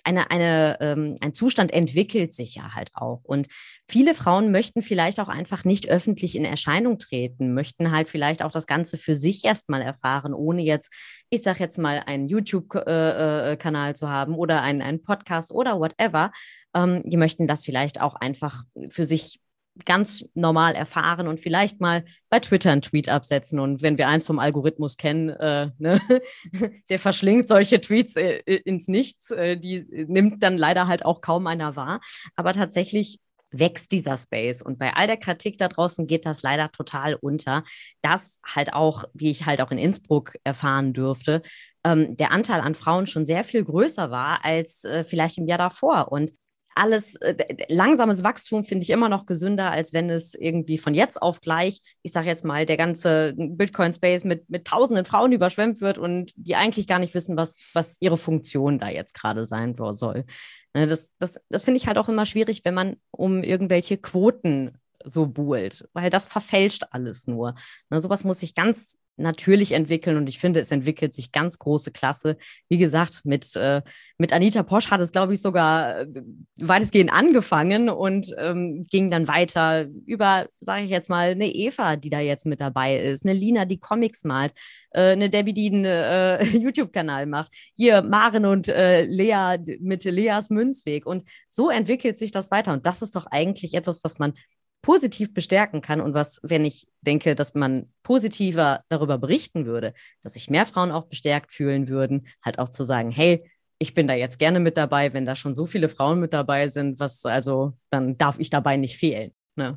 ein Zustand entwickelt sich ja halt auch. Und viele Frauen möchten vielleicht auch einfach nicht öffentlich in Erscheinung treten, möchten halt vielleicht auch das Ganze für sich erstmal erfahren, ohne jetzt, ich sag jetzt mal, einen YouTube-Kanal zu haben oder einen Podcast oder whatever. Die möchten das vielleicht auch einfach für sich ganz normal erfahren und vielleicht mal bei Twitter einen Tweet absetzen. Und wenn wir eins vom Algorithmus kennen, ne, der verschlingt solche Tweets ins Nichts. Die nimmt dann leider halt auch kaum einer wahr. Aber tatsächlich wächst dieser Space. Und bei all der Kritik da draußen geht das leider total unter, dass halt auch, wie ich halt auch in Innsbruck erfahren durfte, der Anteil an Frauen schon sehr viel größer war als vielleicht im Jahr davor. Und alles, langsames Wachstum finde ich immer noch gesünder, als wenn es irgendwie von jetzt auf gleich, ich sage jetzt mal, der ganze Bitcoin-Space mit tausenden Frauen überschwemmt wird und die eigentlich gar nicht wissen, was ihre Funktion da jetzt gerade sein soll. Das finde ich halt auch immer schwierig, wenn man um irgendwelche Quoten so buhlt, weil das verfälscht alles nur. Sowas muss sich ganz natürlich entwickeln und ich finde, es entwickelt sich ganz große Klasse. Wie gesagt, mit Anita Posch hat es, glaube ich, sogar weitestgehend angefangen und ging dann weiter über, sage ich jetzt mal, eine Eva, die da jetzt mit dabei ist, eine Lina, die Comics malt, eine Debbie, die einen YouTube-Kanal macht, hier Maren und Lea mit Leas Münzweg und so entwickelt sich das weiter und das ist doch eigentlich etwas, was man positiv bestärken kann und was, wenn ich denke, dass man positiver darüber berichten würde, dass sich mehr Frauen auch bestärkt fühlen würden, halt auch zu sagen, hey, ich bin da jetzt gerne mit dabei, wenn da schon so viele Frauen mit dabei sind, dann darf ich dabei nicht fehlen. Ne?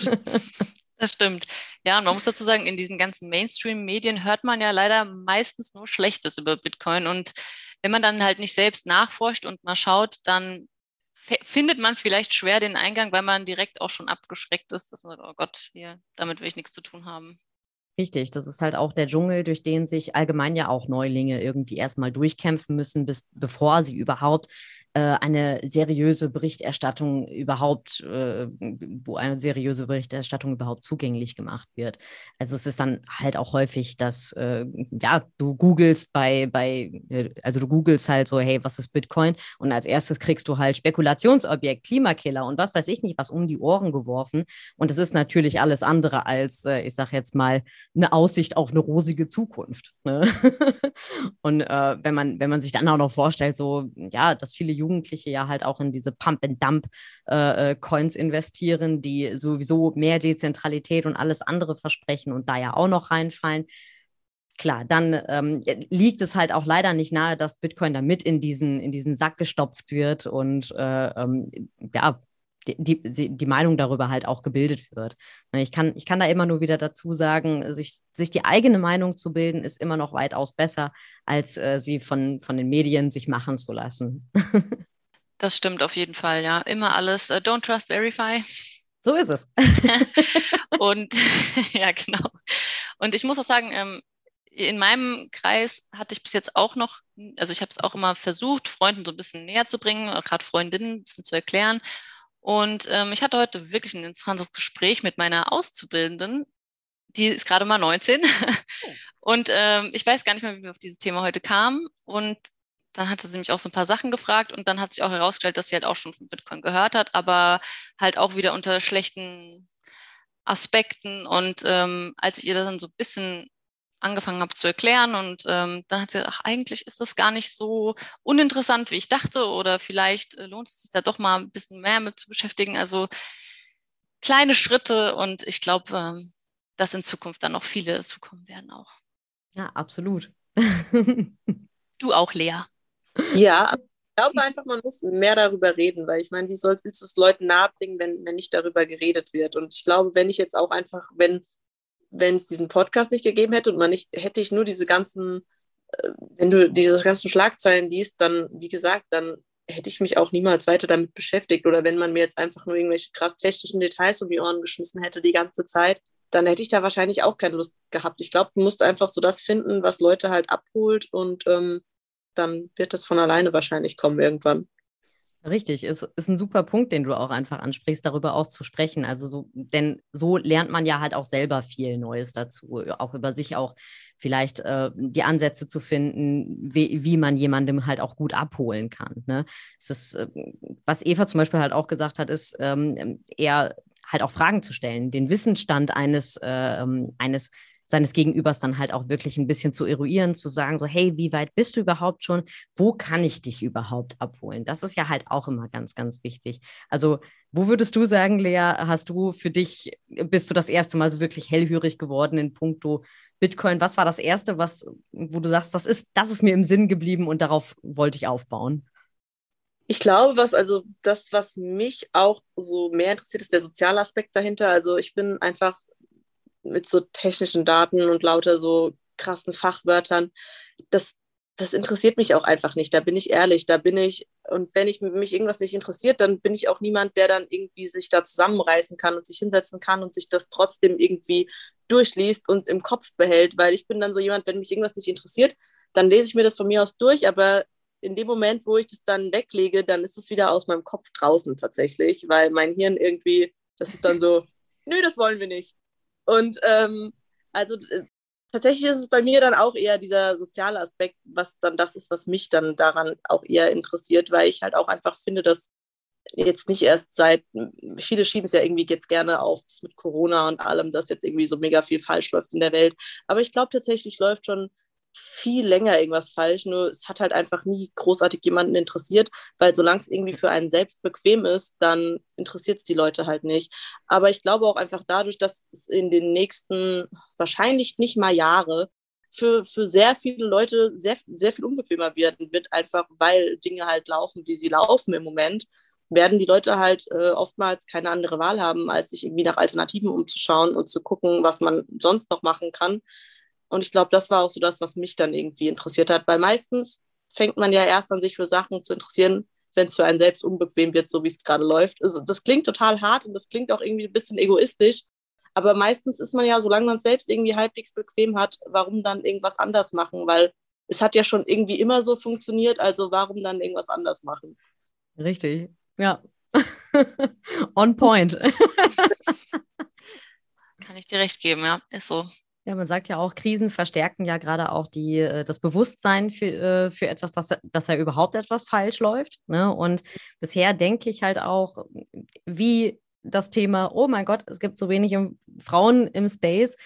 Das stimmt. Ja, und man muss dazu sagen, in diesen ganzen Mainstream-Medien hört man ja leider meistens nur Schlechtes über Bitcoin und wenn man dann halt nicht selbst nachforscht und mal schaut, dann findet man vielleicht schwer den Eingang, weil man direkt auch schon abgeschreckt ist, dass man sagt, oh Gott, damit will ich nichts zu tun haben. Richtig, das ist halt auch der Dschungel, durch den sich allgemein ja auch Neulinge irgendwie erstmal durchkämpfen müssen, bevor sie überhaupt eine seriöse Berichterstattung überhaupt, wo eine seriöse Berichterstattung überhaupt zugänglich gemacht wird. Also es ist dann halt auch häufig, dass du googelst also du googelst halt so, hey, was ist Bitcoin? Und als erstes kriegst du halt Spekulationsobjekt, Klimakiller und was weiß ich nicht, was um die Ohren geworfen. Und es ist natürlich alles andere als, ich sage jetzt mal, eine Aussicht auf eine rosige Zukunft. Ne? Und wenn man sich dann auch noch vorstellt, so, ja, dass viele Jugendliche ja halt auch in diese Pump-and-Dump-Coins investieren, die sowieso mehr Dezentralität und alles andere versprechen und da ja auch noch reinfallen. Klar, dann liegt es halt auch leider nicht nahe, dass Bitcoin da mit in diesen Sack gestopft wird und die Meinung darüber halt auch gebildet wird. Ich kann da immer nur wieder dazu sagen, sich die eigene Meinung zu bilden, ist immer noch weitaus besser, als sie von den Medien sich machen zu lassen. Das stimmt auf jeden Fall, ja. Immer alles don't trust, verify. So ist es. Und ja, genau. Und ich muss auch sagen, in meinem Kreis hatte ich bis jetzt auch noch, also ich habe es auch immer versucht, Freunden so ein bisschen näher zu bringen, gerade Freundinnen ein bisschen zu erklären. Und ich hatte heute wirklich ein interessantes Gespräch mit meiner Auszubildenden. Die ist gerade mal 19. Und ich weiß gar nicht mehr, wie wir auf dieses Thema heute kamen. Und dann hatte sie mich auch so ein paar Sachen gefragt. Und dann hat sich auch herausgestellt, dass sie halt auch schon von Bitcoin gehört hat, aber halt auch wieder unter schlechten Aspekten. Und als ich ihr das dann so ein bisschen angefangen habe zu erklären und dann hat sie gesagt, ach, eigentlich ist das gar nicht so uninteressant, wie ich dachte, oder vielleicht lohnt es sich da doch mal ein bisschen mehr mit zu beschäftigen. Also kleine Schritte und ich glaube, dass in Zukunft dann noch viele dazukommen werden auch. Ja, absolut. Du auch, Lea. Ja, ich glaube einfach, man muss mehr darüber reden, weil ich meine, willst du es Leuten nahebringen, wenn nicht darüber geredet wird? Und ich glaube, wenn ich jetzt auch einfach, wenn es diesen Podcast nicht gegeben hätte und hätte ich nur diese ganzen, wenn du diese ganzen Schlagzeilen liest, dann, wie gesagt, dann hätte ich mich auch niemals weiter damit beschäftigt. Oder wenn man mir jetzt einfach nur irgendwelche krass technischen Details um die Ohren geschmissen hätte die ganze Zeit, dann hätte ich da wahrscheinlich auch keine Lust gehabt. Ich glaube, du musst einfach so das finden, was Leute halt abholt und dann wird das von alleine wahrscheinlich kommen irgendwann. Richtig, ist ein super Punkt, den du auch einfach ansprichst, darüber auch zu sprechen. Also denn so lernt man ja halt auch selber viel Neues dazu, auch über sich auch vielleicht die Ansätze zu finden, wie man jemandem halt auch gut abholen kann. Ne? Es ist, was Eva zum Beispiel halt auch gesagt hat, ist eher halt auch Fragen zu stellen, den Wissensstand seines Gegenübers dann halt auch wirklich ein bisschen zu eruieren, zu sagen, so, hey, wie weit bist du überhaupt schon? Wo kann ich dich überhaupt abholen? Das ist ja halt auch immer ganz, ganz wichtig. Also, wo würdest du sagen, Lea, bist du das erste Mal so wirklich hellhörig geworden in puncto Bitcoin? Was war das Erste, wo du sagst, das ist mir im Sinn geblieben und darauf wollte ich aufbauen? Ich glaube, was mich auch so mehr interessiert, ist der soziale Aspekt dahinter. Also ich bin einfach mit so technischen Daten und lauter so krassen Fachwörtern, das interessiert mich auch einfach nicht. Da bin ich ehrlich, und wenn mich irgendwas nicht interessiert, dann bin ich auch niemand, der dann irgendwie sich da zusammenreißen kann und sich hinsetzen kann und sich das trotzdem irgendwie durchliest und im Kopf behält, weil ich bin dann so jemand, wenn mich irgendwas nicht interessiert, dann lese ich mir das von mir aus durch, aber in dem Moment, wo ich das dann weglege, dann ist es wieder aus meinem Kopf draußen tatsächlich, weil mein Hirn irgendwie, das ist dann so, nö, das wollen wir nicht. Und tatsächlich ist es bei mir dann auch eher dieser soziale Aspekt, was dann das ist, was mich dann daran auch eher interessiert, weil ich halt auch einfach finde, dass jetzt nicht erst viele schieben es ja irgendwie jetzt gerne auf, das mit Corona und allem, dass jetzt irgendwie so mega viel falsch läuft in der Welt. Aber ich glaube tatsächlich läuft schon viel länger irgendwas falsch, nur es hat halt einfach nie großartig jemanden interessiert, weil solange es irgendwie für einen selbst bequem ist, dann interessiert es die Leute halt nicht. Aber ich glaube auch einfach dadurch, dass es in den nächsten, wahrscheinlich nicht mal Jahre, für sehr viele Leute sehr, sehr viel unbequemer werden wird, einfach weil Dinge halt laufen, wie sie laufen im Moment, werden die Leute halt oftmals keine andere Wahl haben, als sich irgendwie nach Alternativen umzuschauen und zu gucken, was man sonst noch machen kann. Und ich glaube, das war auch so das, was mich dann irgendwie interessiert hat, weil meistens fängt man ja erst an, sich für Sachen zu interessieren, wenn es für einen selbst unbequem wird, so wie es gerade läuft. Also, das klingt total hart und das klingt auch irgendwie ein bisschen egoistisch, aber meistens ist man ja, solange man es selbst irgendwie halbwegs bequem hat, warum dann irgendwas anders machen, weil es hat ja schon irgendwie immer so funktioniert, also warum dann irgendwas anders machen? Richtig, ja. On point. Kann ich dir recht geben, ja, ist so. Ja, man sagt ja auch, Krisen verstärken ja gerade auch das Bewusstsein für etwas, dass ja überhaupt etwas falsch läuft. Ne? Und bisher denke ich halt auch, wie das Thema, oh mein Gott, es gibt so wenige Frauen im Space.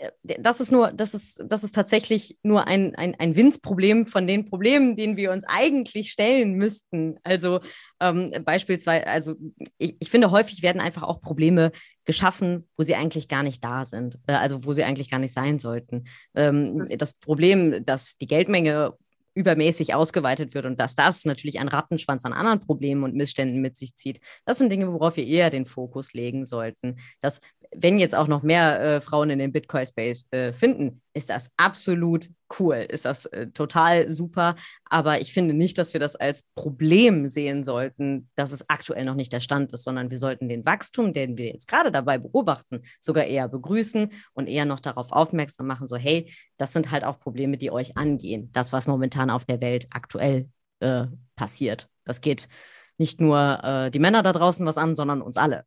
Das ist tatsächlich nur ein Winzproblem von den Problemen, denen wir uns eigentlich stellen müssten. Also beispielsweise, also ich finde, häufig werden einfach auch Probleme geschaffen, wo sie eigentlich gar nicht da sind, also wo sie eigentlich gar nicht sein sollten. Das Problem, dass die Geldmenge übermäßig ausgeweitet wird und dass das natürlich einen Rattenschwanz an anderen Problemen und Missständen mit sich zieht, das sind Dinge, worauf wir eher den Fokus legen sollten. Dass, wenn jetzt auch noch mehr Frauen in den Bitcoin-Space finden, ist das absolut cool, ist das total super. Aber ich finde nicht, dass wir das als Problem sehen sollten, dass es aktuell noch nicht der Stand ist, sondern wir sollten den Wachstum, den wir jetzt gerade dabei beobachten, sogar eher begrüßen und eher noch darauf aufmerksam machen, so hey, das sind halt auch Probleme, die euch angehen. Das, was momentan auf der Welt aktuell passiert. Das geht nicht nur die Männer da draußen was an, sondern uns alle.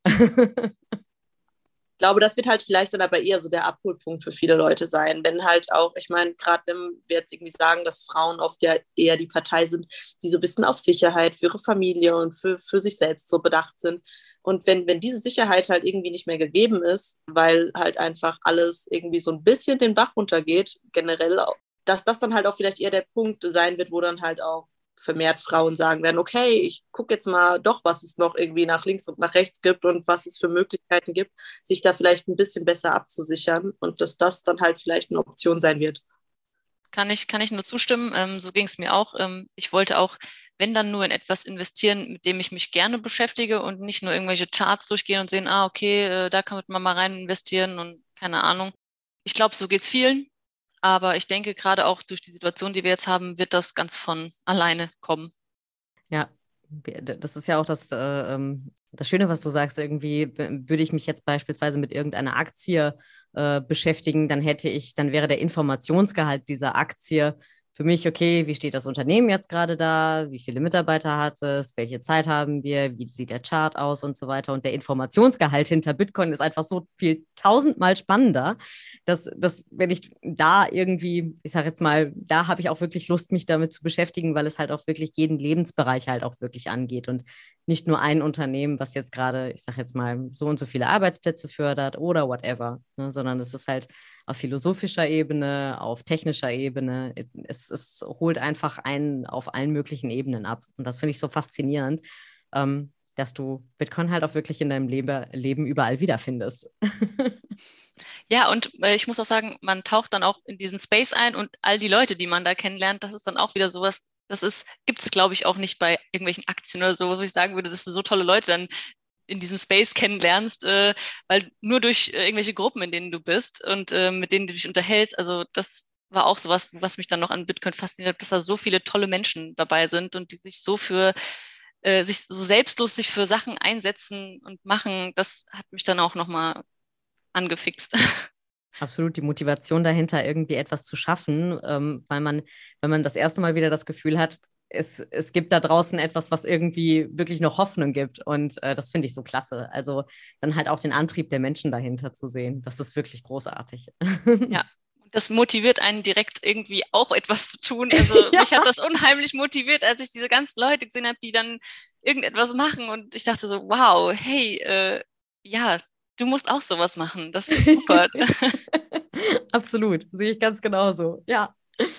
Ich glaube, das wird halt vielleicht dann aber eher so der Abholpunkt für viele Leute sein, wenn halt auch, ich meine, gerade wenn wir jetzt irgendwie sagen, dass Frauen oft ja eher die Partei sind, die so ein bisschen auf Sicherheit für ihre Familie und für sich selbst so bedacht sind. Und wenn diese Sicherheit halt irgendwie nicht mehr gegeben ist, weil halt einfach alles irgendwie so ein bisschen den Bach runtergeht, generell, dass das dann halt auch vielleicht eher der Punkt sein wird, wo dann halt auch vermehrt Frauen sagen werden, okay, ich gucke jetzt mal doch, was es noch irgendwie nach links und nach rechts gibt und was es für Möglichkeiten gibt, sich da vielleicht ein bisschen besser abzusichern und dass das dann halt vielleicht eine Option sein wird. Kann ich nur zustimmen. So ging es mir auch. Ich wollte auch, wenn dann nur in etwas investieren, mit dem ich mich gerne beschäftige und nicht nur irgendwelche Charts durchgehen und sehen, okay, da kann man mal rein investieren und keine Ahnung. Ich glaube, so geht's vielen. Aber ich denke, gerade auch durch die Situation, die wir jetzt haben, wird das ganz von alleine kommen. Ja, das ist ja auch das Schöne, was du sagst. Irgendwie würde ich mich jetzt beispielsweise mit irgendeiner Aktie beschäftigen, dann wäre der Informationsgehalt dieser Aktie für mich, okay, wie steht das Unternehmen jetzt gerade da? Wie viele Mitarbeiter hat es? Welche Zeit haben wir? Wie sieht der Chart aus und so weiter? Und der Informationsgehalt hinter Bitcoin ist einfach so viel tausendmal spannender, dass wenn ich da irgendwie, ich sage jetzt mal, da habe ich auch wirklich Lust, mich damit zu beschäftigen, weil es halt auch wirklich jeden Lebensbereich halt auch wirklich angeht und nicht nur ein Unternehmen, was jetzt gerade, ich sage jetzt mal, so und so viele Arbeitsplätze fördert oder whatever, ne? Sondern es ist halt auf philosophischer Ebene, auf technischer Ebene. Es holt einfach einen auf allen möglichen Ebenen ab. Und das finde ich so faszinierend, dass du Bitcoin halt auch wirklich in deinem Leben überall wiederfindest. Ja, und ich muss auch sagen, man taucht dann auch in diesen Space ein und all die Leute, die man da kennenlernt, das ist dann auch wieder sowas, gibt es, glaube ich, auch nicht bei irgendwelchen Aktien oder so, wo ich sagen würde, dass du so tolle Leute dann in diesem Space kennenlernst, weil nur durch irgendwelche Gruppen, in denen du bist und mit denen du dich unterhältst, also das war auch sowas, was mich dann noch an Bitcoin fasziniert hat, dass da so viele tolle Menschen dabei sind und die sich sich so selbstlos sich für Sachen einsetzen und machen, das hat mich dann auch nochmal angefixt. Absolut, die Motivation dahinter, irgendwie etwas zu schaffen, weil wenn man das erste Mal wieder das Gefühl hat, es gibt da draußen etwas, was irgendwie wirklich noch Hoffnung gibt. Und das finde ich so klasse. Also dann halt auch den Antrieb der Menschen dahinter zu sehen. Das ist wirklich großartig. Ja, das motiviert einen direkt irgendwie auch etwas zu tun. Also Ja. mich hat das unheimlich motiviert, als ich diese ganzen Leute gesehen habe, die dann irgendetwas machen. Und ich dachte so, wow, hey, ja, du musst auch sowas machen. Das ist super. Absolut, sehe ich ganz genauso. Ja.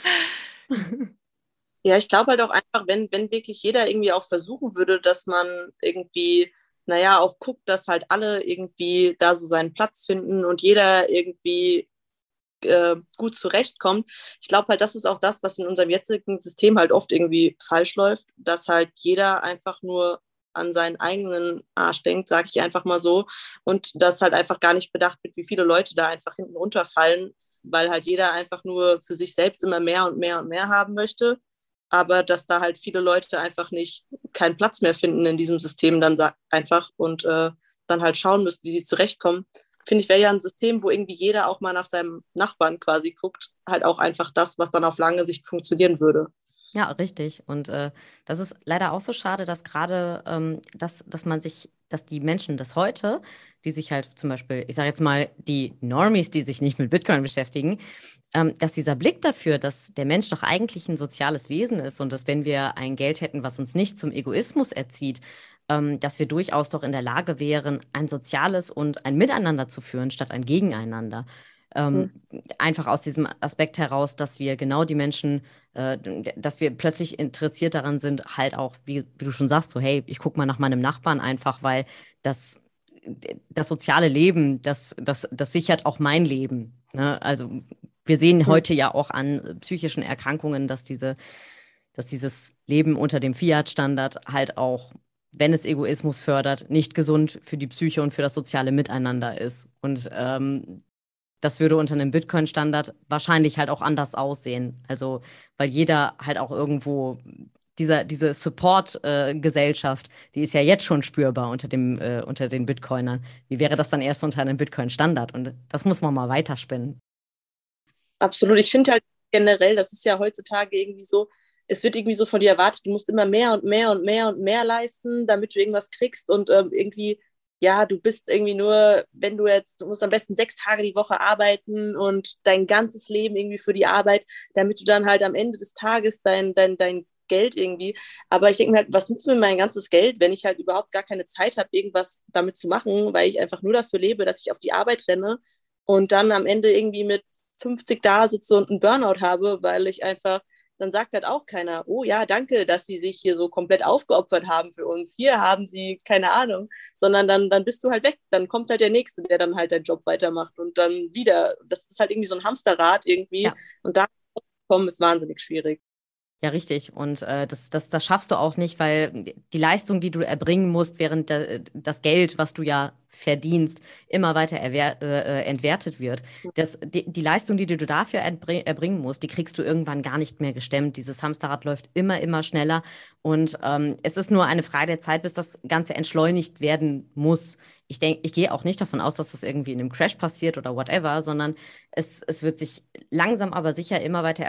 Ja, ich glaube halt auch einfach, wenn wirklich jeder irgendwie auch versuchen würde, dass man irgendwie, naja, auch guckt, dass halt alle irgendwie da so seinen Platz finden und jeder irgendwie gut zurechtkommt. Ich glaube halt, das ist auch das, was in unserem jetzigen System halt oft irgendwie falsch läuft, dass halt jeder einfach nur an seinen eigenen Arsch denkt, sage ich einfach mal so, und dass halt einfach gar nicht bedacht wird, wie viele Leute da einfach hinten runterfallen, weil halt jeder einfach nur für sich selbst immer mehr und mehr und mehr haben möchte, aber dass da halt viele Leute einfach nicht keinen Platz mehr finden in diesem System dann einfach und dann halt schauen müssen, wie sie zurechtkommen. Finde ich, wäre ja ein System, wo irgendwie jeder auch mal nach seinem Nachbarn quasi guckt, halt auch einfach das, was dann auf lange Sicht funktionieren würde. Ja, richtig. Und das ist leider auch so schade, dass gerade, dass die Menschen des heute, die sich halt zum Beispiel, ich sage jetzt mal, die Normies, die sich nicht mit Bitcoin beschäftigen, dass dieser Blick dafür, dass der Mensch doch eigentlich ein soziales Wesen ist und dass wenn wir ein Geld hätten, was uns nicht zum Egoismus erzieht, dass wir durchaus doch in der Lage wären, ein soziales und ein Miteinander zu führen, statt ein Gegeneinander. Mhm. Ähm, Einfach aus diesem Aspekt heraus, dass wir genau die Menschen dass wir plötzlich interessiert daran sind, halt auch, wie du schon sagst, so, hey, ich gucke mal nach meinem Nachbarn einfach, weil das, das soziale Leben, das sichert auch mein Leben. Ne? Also wir sehen Mhm. heute ja auch an psychischen Erkrankungen, dass dieses Leben unter dem Fiat-Standard halt auch, wenn es Egoismus fördert, nicht gesund für die Psyche und für das soziale Miteinander ist. Und das würde unter einem Bitcoin-Standard wahrscheinlich halt auch anders aussehen. Also, weil jeder halt auch irgendwo, diese Support-Gesellschaft, die ist ja jetzt schon spürbar unter den Bitcoinern. Wie wäre das dann erst unter einem Bitcoin-Standard? Und das muss man mal weiterspinnen. Absolut. Ich finde halt generell, das ist ja heutzutage irgendwie so, es wird irgendwie so von dir erwartet, du musst immer mehr und mehr und mehr und mehr leisten, damit du irgendwas kriegst und irgendwie, ja, du bist irgendwie nur, wenn du jetzt, du musst am besten 6 Tage die Woche arbeiten und dein ganzes Leben irgendwie für die Arbeit, damit du dann halt am Ende des Tages dein Geld irgendwie. Aber ich denke mir halt, was nutzt mir mein ganzes Geld, wenn ich halt überhaupt gar keine Zeit habe, irgendwas damit zu machen, weil ich einfach nur dafür lebe, dass ich auf die Arbeit renne und dann am Ende irgendwie mit 50 da sitze und einen Burnout habe, weil ich einfach, dann sagt halt auch keiner, oh ja, danke, dass Sie sich hier so komplett aufgeopfert haben für uns. Hier haben Sie, keine Ahnung, sondern dann bist du halt weg. Dann kommt halt der Nächste, der dann halt deinen Job weitermacht und dann wieder. Das ist halt irgendwie so ein Hamsterrad irgendwie. Ja. Und da kommen ist wahnsinnig schwierig. Ja, richtig. Und das schaffst du auch nicht, weil die Leistung, die du erbringen musst, während das Geld, was du ja verdienst, immer weiter entwertet wird. Die Leistung, die du dafür erbringen musst, die kriegst du irgendwann gar nicht mehr gestemmt. Dieses Hamsterrad läuft immer schneller. Und es ist nur eine Frage der Zeit, bis das Ganze entschleunigt werden muss. Ich gehe auch nicht davon aus, dass das irgendwie in einem Crash passiert oder whatever, sondern es wird sich langsam aber sicher immer weiter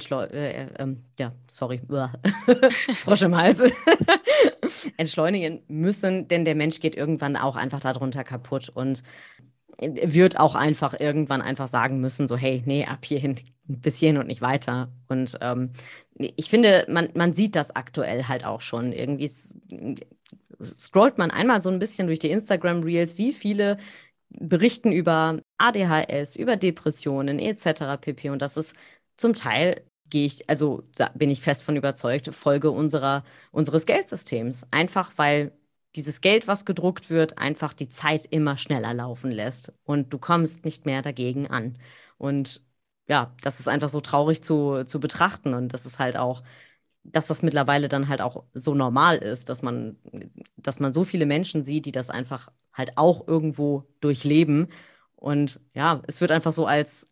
ja, sorry, Frosch im Hals, entschleunigen müssen, denn der Mensch geht irgendwann auch einfach darunter kaputt und wird auch einfach irgendwann einfach sagen müssen, so, hey, nee, ab hierhin, bis hierhin und nicht weiter. Und ich finde, man sieht das aktuell halt auch schon. Irgendwie scrollt man einmal so ein bisschen durch die Instagram-Reels, wie viele berichten über ADHS, über Depressionen etc. pp. Und das ist zum Teil also da bin ich fest von überzeugt, Folge unseres Geldsystems. Einfach weil dieses Geld, was gedruckt wird, einfach die Zeit immer schneller laufen lässt und du kommst nicht mehr dagegen an. Und ja, das ist einfach so traurig zu betrachten und das ist halt auch, dass das mittlerweile dann halt auch so normal ist, dass man so viele Menschen sieht, die das einfach halt auch irgendwo durchleben. Und ja, es wird einfach so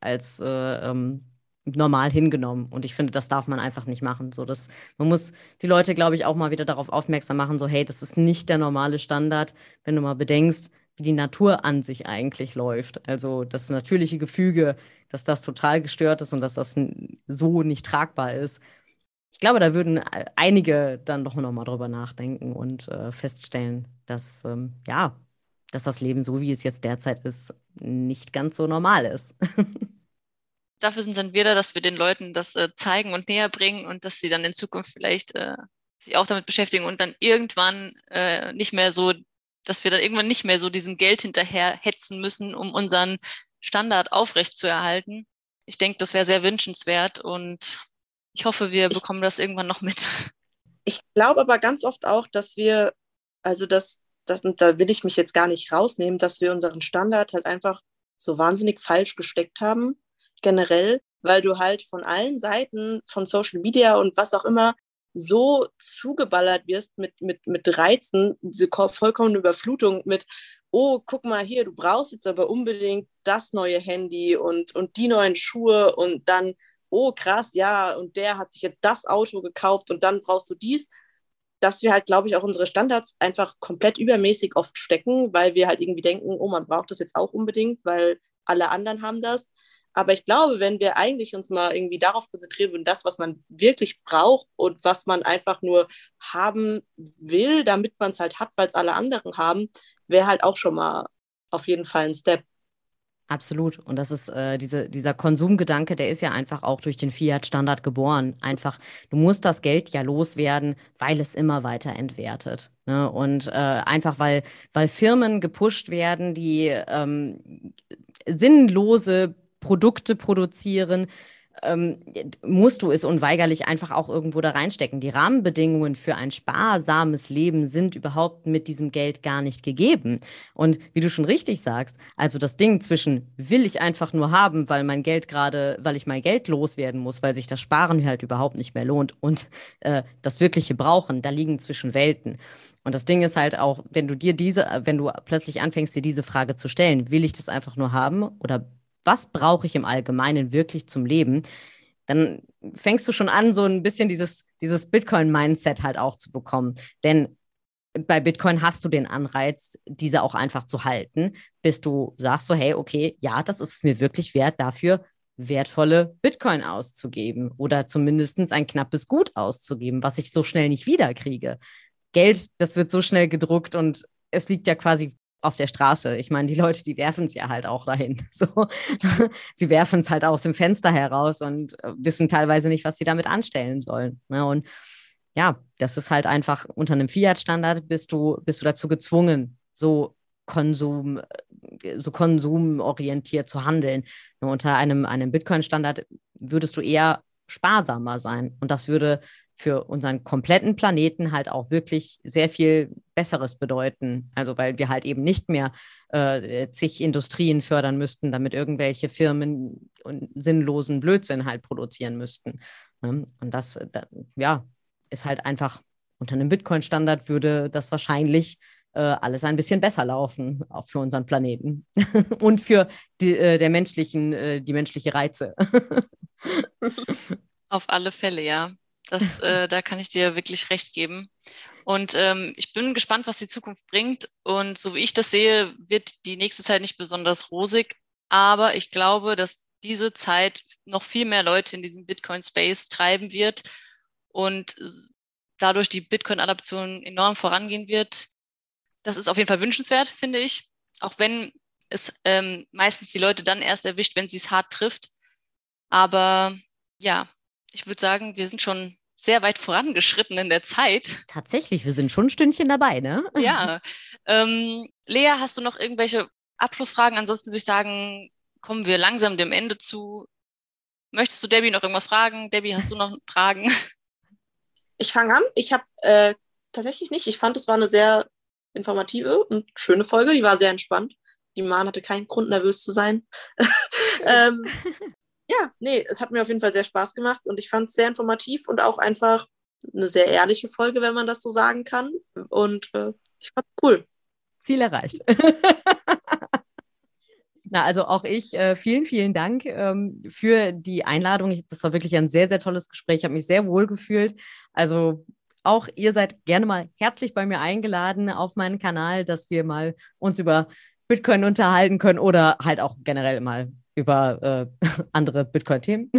als normal hingenommen. Und ich finde, das darf man einfach nicht machen. Man muss die Leute, glaube ich, auch mal wieder darauf aufmerksam machen, so, hey, das ist nicht der normale Standard, wenn du mal bedenkst, wie die Natur an sich eigentlich läuft. Also das natürliche Gefüge, dass das total gestört ist und dass das so nicht tragbar ist. Ich glaube, da würden einige dann doch noch mal drüber nachdenken und feststellen, ja, dass das Leben, so wie es jetzt derzeit ist, nicht ganz so normal ist. Dafür sind dann wir da, dass wir den Leuten das zeigen und näher bringen und dass sie dann in Zukunft vielleicht sich auch damit beschäftigen und dann irgendwann nicht mehr so, dass wir dann irgendwann nicht mehr so diesem Geld hinterher hetzen müssen, um unseren Standard aufrechtzuerhalten. Ich denke, das wäre sehr wünschenswert und ich hoffe, wir bekommen das irgendwann noch mit. Ich glaube aber ganz oft auch, dass wir, also und da will ich mich jetzt gar nicht rausnehmen, dass wir unseren Standard halt einfach so wahnsinnig falsch gesteckt haben, generell, weil du halt von allen Seiten von Social Media und was auch immer so zugeballert wirst mit Reizen, diese vollkommene Überflutung mit, oh, guck mal hier, du brauchst jetzt aber unbedingt das neue Handy und die neuen Schuhe und dann oh krass, ja, und der hat sich jetzt das Auto gekauft und dann brauchst du dies, dass wir halt, glaube ich, auch unsere Standards einfach komplett übermäßig oft stecken, weil wir halt irgendwie denken, oh, man braucht das jetzt auch unbedingt, weil alle anderen haben das. Aber ich glaube, wenn wir eigentlich uns mal irgendwie darauf konzentrieren würden, das, was man wirklich braucht und was man einfach nur haben will, damit man es halt hat, weil es alle anderen haben, wäre halt auch schon mal auf jeden Fall ein Step. Absolut. Und das ist dieser Konsumgedanke, der ist ja einfach auch durch den Fiat-Standard geboren. Einfach, du musst das Geld ja loswerden, weil es immer weiter entwertet. Ne? Und einfach, weil Firmen gepusht werden, die sinnlose Produkte produzieren, musst du es unweigerlich einfach auch irgendwo da reinstecken. Die Rahmenbedingungen für ein sparsames Leben sind überhaupt mit diesem Geld gar nicht gegeben. Und wie du schon richtig sagst, also das Ding zwischen will ich einfach nur haben, weil ich mein Geld loswerden muss, weil sich das Sparen halt überhaupt nicht mehr lohnt und das wirkliche Brauchen, da liegen zwischen Welten. Und das Ding ist halt auch, wenn du plötzlich anfängst, dir diese Frage zu stellen, will ich das einfach nur haben oder was brauche ich im Allgemeinen wirklich zum Leben, dann fängst du schon an, so ein bisschen dieses Bitcoin-Mindset halt auch zu bekommen. Denn bei Bitcoin hast du den Anreiz, diese auch einfach zu halten, bis du sagst so, hey, okay, ja, das ist es mir wirklich wert, dafür wertvolle Bitcoin auszugeben oder zumindest ein knappes Gut auszugeben, was ich so schnell nicht wiederkriege. Geld, das wird so schnell gedruckt und es liegt ja quasi auf der Straße. Ich meine, die Leute, die werfen es ja halt auch dahin. So. Sie werfen es halt aus dem Fenster heraus und wissen teilweise nicht, was sie damit anstellen sollen. Ne? Und ja, das ist halt einfach unter einem Fiat-Standard bist du dazu gezwungen, so konsumorientiert zu handeln. Nur unter einem Bitcoin-Standard würdest du eher sparsamer sein. Und das würde für unseren kompletten Planeten halt auch wirklich sehr viel Besseres bedeuten. Also weil wir halt eben nicht mehr zig Industrien fördern müssten, damit irgendwelche Firmen und sinnlosen Blödsinn halt produzieren müssten. Ne? Und ja, ist halt einfach unter einem Bitcoin-Standard würde das wahrscheinlich alles ein bisschen besser laufen, auch für unseren Planeten und für die menschliche Reize. Auf alle Fälle, ja. Da kann ich dir wirklich recht geben. Und ich bin gespannt, was die Zukunft bringt. Und so wie ich das sehe, wird die nächste Zeit nicht besonders rosig. Aber ich glaube, dass diese Zeit noch viel mehr Leute in diesem Bitcoin-Space treiben wird und dadurch die Bitcoin-Adaption enorm vorangehen wird. Das ist auf jeden Fall wünschenswert, finde ich. Auch wenn es meistens die Leute dann erst erwischt, wenn sie es hart trifft. Aber ja, ich würde sagen, wir sind schon sehr weit vorangeschritten in der Zeit. Tatsächlich, wir sind schon ein Stündchen dabei, ne? Ja. Lea, hast du noch irgendwelche Abschlussfragen? Ansonsten würde ich sagen, kommen wir langsam dem Ende zu. Möchtest du Debbie noch irgendwas fragen? Debbie, hast du noch Fragen? Ich fange an. Ich habe tatsächlich nicht. Ich fand, es war eine sehr informative und schöne Folge. Die war sehr entspannt. Die Maren hatte keinen Grund, nervös zu sein. Ja, nee, es hat mir auf jeden Fall sehr Spaß gemacht und ich fand es sehr informativ und auch einfach eine sehr ehrliche Folge, wenn man das so sagen kann. Und ich fand es cool. Ziel erreicht. Na, also auch ich, vielen, vielen Dank für die Einladung. Das war wirklich ein sehr, sehr tolles Gespräch. Ich habe mich sehr wohl gefühlt. Also auch ihr seid gerne mal herzlich bei mir eingeladen auf meinen Kanal, dass wir mal uns über Bitcoin unterhalten können oder halt auch generell mal über andere Bitcoin-Themen.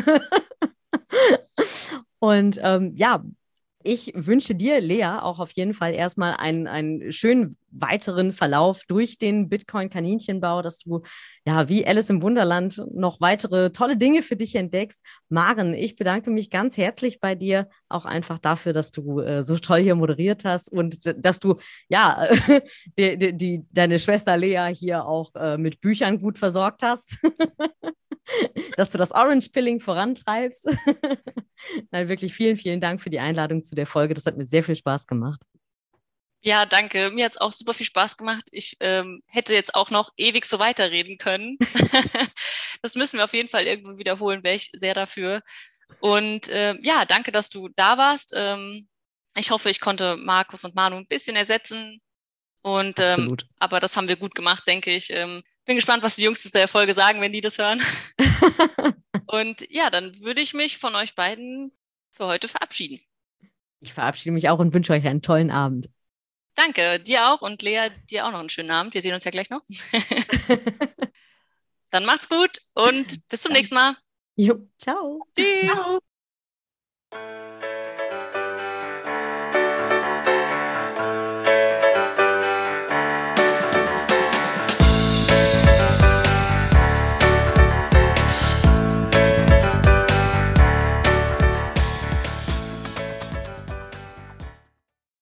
Und ja, ich wünsche dir, Lea, auch auf jeden Fall erstmal einen schönen weiteren Verlauf durch den Bitcoin-Kaninchenbau, dass du ja wie Alice im Wunderland noch weitere tolle Dinge für dich entdeckst. Maren, ich bedanke mich ganz herzlich bei dir, auch einfach dafür, dass du so toll hier moderiert hast und dass du ja deine Schwester Lea hier auch mit Büchern gut versorgt hast. Dass du das Orange-Pilling vorantreibst. Nein, wirklich vielen, vielen Dank für die Einladung zu der Folge. Das hat mir sehr viel Spaß gemacht. Ja, danke. Mir hat es auch super viel Spaß gemacht. Ich hätte jetzt auch noch ewig so weiterreden können. Das müssen wir auf jeden Fall irgendwo wiederholen, wäre ich sehr dafür. Und ja, danke, dass du da warst. Ich hoffe, ich konnte Markus und Manu ein bisschen ersetzen. Und Absolut. Aber das haben wir gut gemacht, denke ich. Bin gespannt, was die Jungs zu der Folge sagen, wenn die das hören. Und ja, dann würde ich mich von euch beiden für heute verabschieden. Ich verabschiede mich auch und wünsche euch einen tollen Abend. Danke, dir auch und Lea, dir auch noch einen schönen Abend. Wir sehen uns ja gleich noch. Dann macht's gut und bis zum nächsten Mal. Jo, ciao. Tschüss. Ciao.